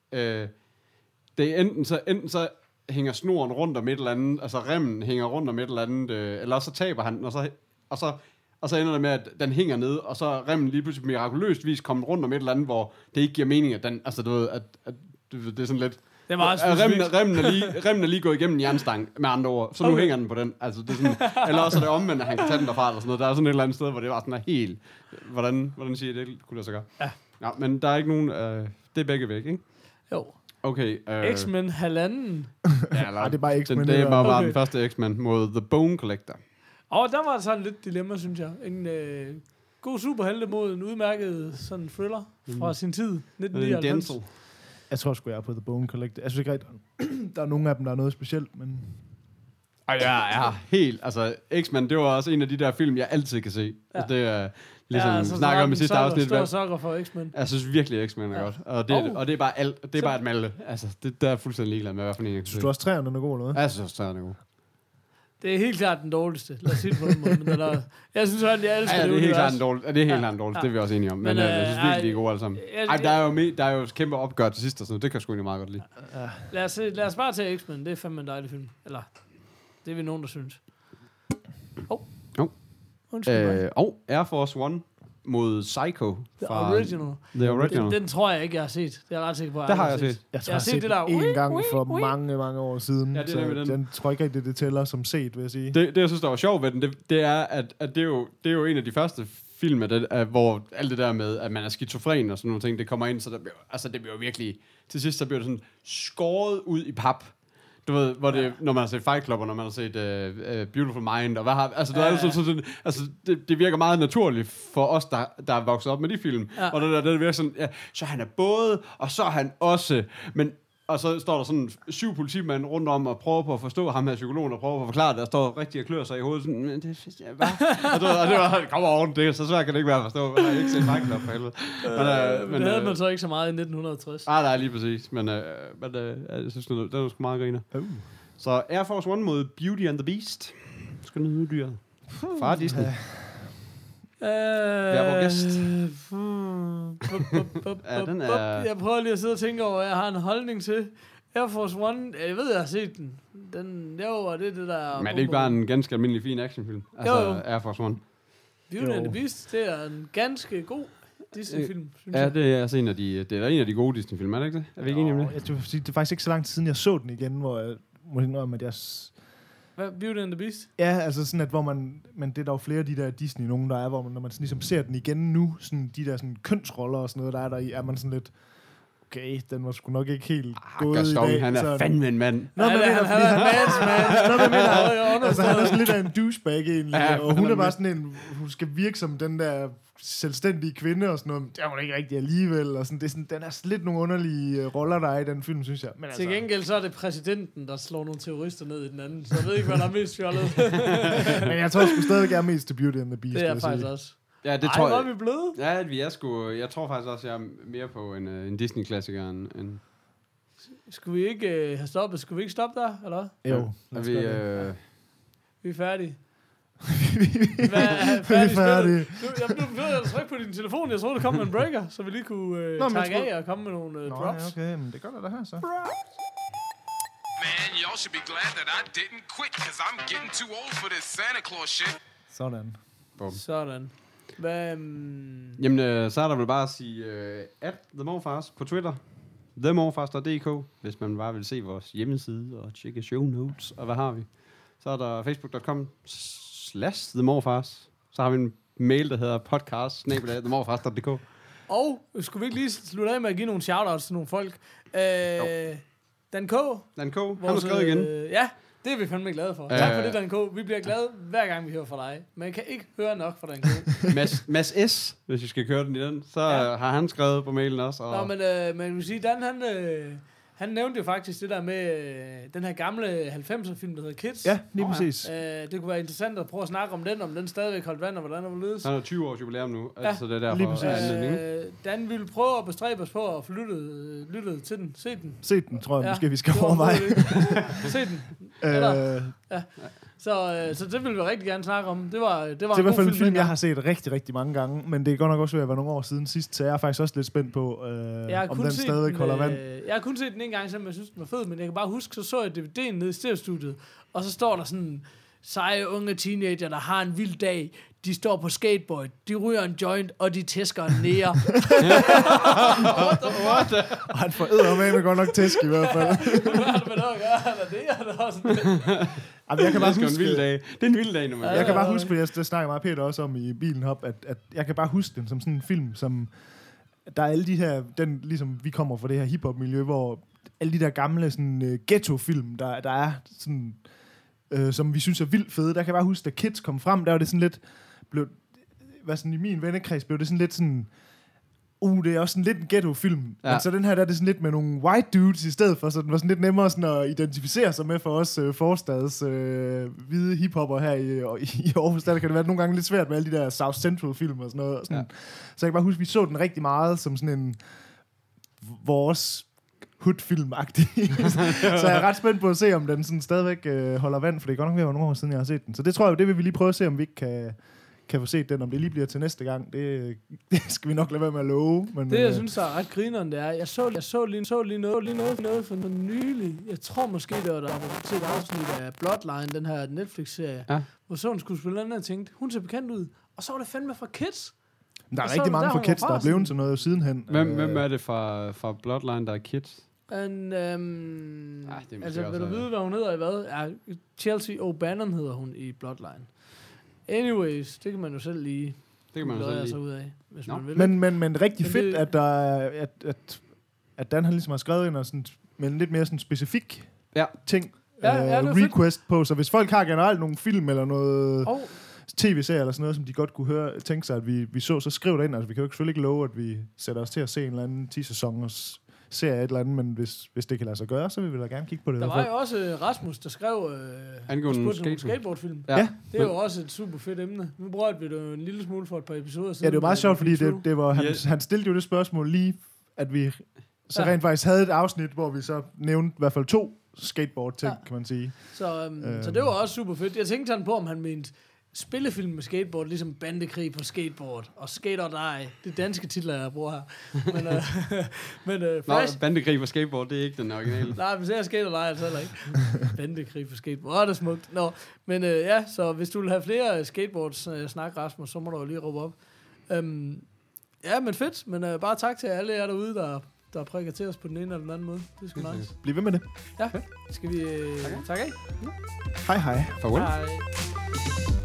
det er enten så hænger snoren rundt om et eller andet, altså remmen hænger rundt om et eller andet, eller også så taber han den, og så ender det med, at den hænger ned, og så er remmen lige pludselig mirakuløst vis kommet rundt om et eller andet, hvor det ikke giver mening, at den, altså du ved, at det er sådan lidt... Det er meget at specifikt. remmen er lige gået igennem en jernstang, med andre ord. Så nu hænger den på den. Altså, det er sådan, eller også er det omvendt, at han kan tage den derfra, eller sådan noget. Der er sådan et eller andet sted, hvor det var sådan er helt... Hvordan siger jeg det? Kunne det så gøre? Ja, men der er ikke nogen... det er begge væk, ikke? Jo. Okay. X-Men halvanden. Nej, det er bare X-Men. Det er bare Okay. den første X-Men mod The Bone Collector. Og der var sådan lidt dilemma, synes jeg. En god superhelte mod en udmærket sådan thriller fra sin tid, 1999. Denzel. Jeg tror sgu, jeg er på The Bone Collector. Jeg synes ikke rigtigt, der er nogle af dem, der er noget specielt, men... Og jeg er helt... Altså, X-Men, det var også en af de der film, jeg altid kan se. Ja. Altså, det er ligesom vi snakker om i sidste afsnit. Stor sokker for X-Men. Jeg synes virkelig, X-Men er godt. Og det er bare alt. Det er bare et malle. Altså, det der er jeg fuldstændig ligeglad med, hvad for en jeg kan Synes du også, træerne er god eller noget? Jeg synes også, træerne er god. Det er helt klart den dårligste. Lad os sige det på den måde. Men jeg synes, at jeg elsker Ja, det er helt klart univers. en dårlig. Det er helt klart en dårlig. Det er vi også enige om. Men jeg synes virkelig, de er gode alle sammen. Ej, der er jo et kæmpe opgør til sidst og sådan noget. Det kan jeg sgu egentlig meget godt lide. Lad os bare tage X-Men. Det er fandme en dejlig film. Eller, det er vi nogen, der synes. Undskyld mig. Og Air Force One mod Psycho. The Original. The Original. Den tror jeg ikke, jeg har set. Det er jeg ret sikker på. Det har jeg set. Jeg tror, Jeg har set det der. en gang for mange år siden. Ja, det er så nemlig den. den tror jeg ikke rigtig, det tæller som set, vil jeg sige. Det jeg synes, der var sjovt ved den, det er, at det er jo en af de første film, hvor alt det der med, at man er skizofren og sådan nogle ting, det kommer ind, så det bliver virkelig, til sidst så bliver det sådan skåret ud i pap. Du ved, hvor det, når man har set Fight Club, og når man har set Beautiful Mind, og hvad har... Altså, det virker meget naturligt for os, der er vokset op med de film. Ja. Og det virker sådan, ja, så han er både, og så er han også... Men Og så står der sådan 7 politimænd rundt om og prøver på at forstå ham her psykologen og prøver på at forklare det, og står rigtig og klør sig i hovedet. Sådan, men det synes jeg, hvad? og det var, kom over det, så svært kan det ikke være at forstå. Jeg har ikke set Fight Club for helvede. Men det havde man så ikke så meget i 1960. Nej, lige præcis. Men jeg synes, det var sgu meget griner. Så Air Force One mod Beauty and the Beast. Skal nyde dyret. Fra Disney. Vær vores gæst. Den er... Jeg prøver lige at sidde og tænke over, hvad jeg har en holdning til. Air Force One, jeg ved, jeg har set den. Det er det der... Men det er ikke bare en ganske almindelig fin actionfilm. Altså, jo. Air Force One. Beauty and the Beast, det er en ganske god Disney-film, synes jeg. Ja, det er altså en af de gode Disney-film, er det ikke det? Er vi ikke enige om det? Det er faktisk ikke så lang tid siden, jeg så den igen, hvor jeg må indrømme, at jeg... Hvad? Beauty and the Beast? Ja, altså sådan, at hvor man... Men det er der jo flere af de der Disney, nogen der er, hvor man, når man sådan ligesom ser den igen nu, sådan de der sådan kønsroller og sådan noget, der er der i, er man sådan lidt... Okay, den var sgu nok ikke helt gået Gaston, i dag. han er fandme en mand. Nå, men han altså, han er sådan lidt af en douchebag egentlig, Ja, og hun er bare sådan en... Hun skal virke som den der selvstændige kvinde og sådan noget. Det er hun ikke rigtig alligevel. Og sådan, det er sådan, den er lidt nogle underlige roller, der er i den film, synes jeg. Men til gengæld så er det præsidenten, der slår nogle terrorister ned i den anden. Så jeg ved ikke, hvad der er mest fjollet. Men jeg tror sgu stadig er mest til Beauty and the Beast. Det er faktisk også. Ja, det tror jeg. Hvor er vi blevet? Ja, vi er sgu... Jeg tror faktisk også, jeg er mere på en Disney-klassiker end... Skulle vi ikke have stoppet? Skulle vi ikke stoppe der, eller? Jo. Vi er færdige. Vi er færdige. Nu ved jeg trykke på din telefon. Jeg troede, der kom med en breaker, så vi lige kunne takke af og komme med nogle drops. Okay, men det gør der her så. Man, y'all should be glad that I didn't quit, because I'm getting too old for this Santa Claus shit. Sådan. Sådan. Jamen, så er der vel bare at sige @TheMorfars på Twitter. TheMorfars.dk, hvis man bare vil se vores hjemmeside og tjekke show notes. Og hvad har vi? Så er der facebook.com/TheMorfars. Så har vi en mail, der hedder podcast@themorfars.dk. Og skulle vi ikke lige slutte af med at give nogle shoutouts til nogle folk? Dan K. Dan K. Han har skrevet igen. Ja, det er vi fandme glade for. Tak for det, Dan K. Vi bliver glade hver gang, vi hører fra dig. Man kan ikke høre nok fra Dan K. Mads S., hvis vi skal køre den i den, så har han skrevet på mailen også. Og... Nå, men jeg vil sige, Dan, han nævnte jo faktisk det der med den her gamle 90'er film, der hedder Kids. Ja, lige præcis. Det kunne være interessant at prøve at snakke om den stadigvæk holdt vand, og hvordan der var ledes. Han er 20 års jubilæum nu, ja, altså det er derfor lige præcis. Dan ville prøve at bestræbe os på at få lyttet til den. Se den, tror jeg måske, vi skal overveje. Se den. Ja. Så det ville vi rigtig gerne snakke om. Det var i hvert fald en film, jeg har set rigtig, rigtig mange gange, men det er godt nok også ved at være nogle år siden sidst, så jeg er faktisk også lidt spændt på, om den stadig holder vand. Jeg har kun set den en gang, selvom jeg synes, den var fed, men jeg kan bare huske, så jeg DVD'en nede i stereostudiet, og så står der sådan seje unge teenager, der har en vild dag. De står på skateboard, de ryger en joint, og de tæsker en nære. What? Og han får eddermame godt nok tæsk i hvert fald. Jamen, jeg kan bare huske, det er en vild dag, når jeg kan bare huske, for det snakker meget Peter også om i bilen op, at jeg kan bare huske den som sådan en film, som der er alle de her, ligesom vi kommer fra det her hiphop-miljø, hvor alle de der gamle sådan ghetto-film, der er sådan, som vi synes er vildt fede, der kan jeg bare huske, da Kids kom frem, der var det sådan lidt, i min vennekreds blev det sådan lidt sådan, det er også sådan lidt en ghetto-film. Ja. Men så den her, der er det sådan lidt med nogle white dudes i stedet for, så den var sådan lidt nemmere sådan at identificere sig med for os forstads hvide hiphopper her i Aarhus. Der kan det være nogle gange lidt svært med alle de der South Central-film og sådan noget. Og sådan. Ja. Så jeg kan bare huske, vi så den rigtig meget som sådan en vores hood-film-agtig. Så jeg er ret spændt på at se, om den sådan stadigvæk holder vand, for det er godt nok ved at være nogle år siden, jeg har set den. Så det tror jeg, det vil vi lige prøve at se, om vi ikke kan få set den, om det lige bliver til næste gang. Det skal vi nok lade være med at love. Men, det, jeg synes er ret grineren, det er, jeg så lige noget for noget nylig. Jeg tror måske, det var der til et afsnit af Bloodline, den her Netflix-serie, hvor så en skuespiller, og tænkte, hun ser bekendt ud, og så var det fandme fra Kids. Der er rigtig mange fra Kids, der er blevet til noget sidenhen. Hvem er det fra Bloodline, der er Kids? Altså, vil du vide, hvad hun hedder i hvad? Chelsea O'Bannon hedder hun i Bloodline. Anyways, det kan man jo selv lige sig ud af, hvis man vil. Men rigtig fedt, at der at Dan han ligesom har skrevet ind og sådan, med en lidt mere sådan specifik ting, request på. Så hvis folk har generelt nogle film eller noget tv-serier eller sådan noget, som de godt kunne tænke sig, at vi så skriv det ind. Altså, vi kan jo selvfølgelig ikke love, at vi sætter os til at se en eller anden 10-sæsoners serie et eller andet, men hvis det kan lade sig gøre, så vil vi da gerne kigge på det. Der var jo også Rasmus, der skrev Angående skateboardfilm. Ja. Det er jo også et super fedt emne. Nu brød vi det en lille smule for et par episoder siden. Ja, det var meget sjovt, fordi det var, han stillede jo det spørgsmål lige, at vi så rent faktisk havde et afsnit, hvor vi så nævnte i hvert fald 2 skateboard-ting, kan man sige. Så det var også super fedt. Jeg tænkte sådan på, om han mente spillefilm med skateboard, ligesom Bandekrig på skateboard og Skate or Die. Det er danske titler, jeg bruger her. Men Bandekrig på skateboard, det er ikke den originale. Nej, men så er Skate or Die altså heller ikke. Bandekrig på skateboard. Det er smukt. Men så hvis du vil have flere skateboards snak, Rasmus, så må du jo lige råbe op. Ja, men fedt. Men bare tak til alle jer derude, der prikker til os på den ene eller den anden måde. Det er sgu nice. Bliv ved med det. Ja, skal vi... tak af. Hej hej. Farvel. Hej.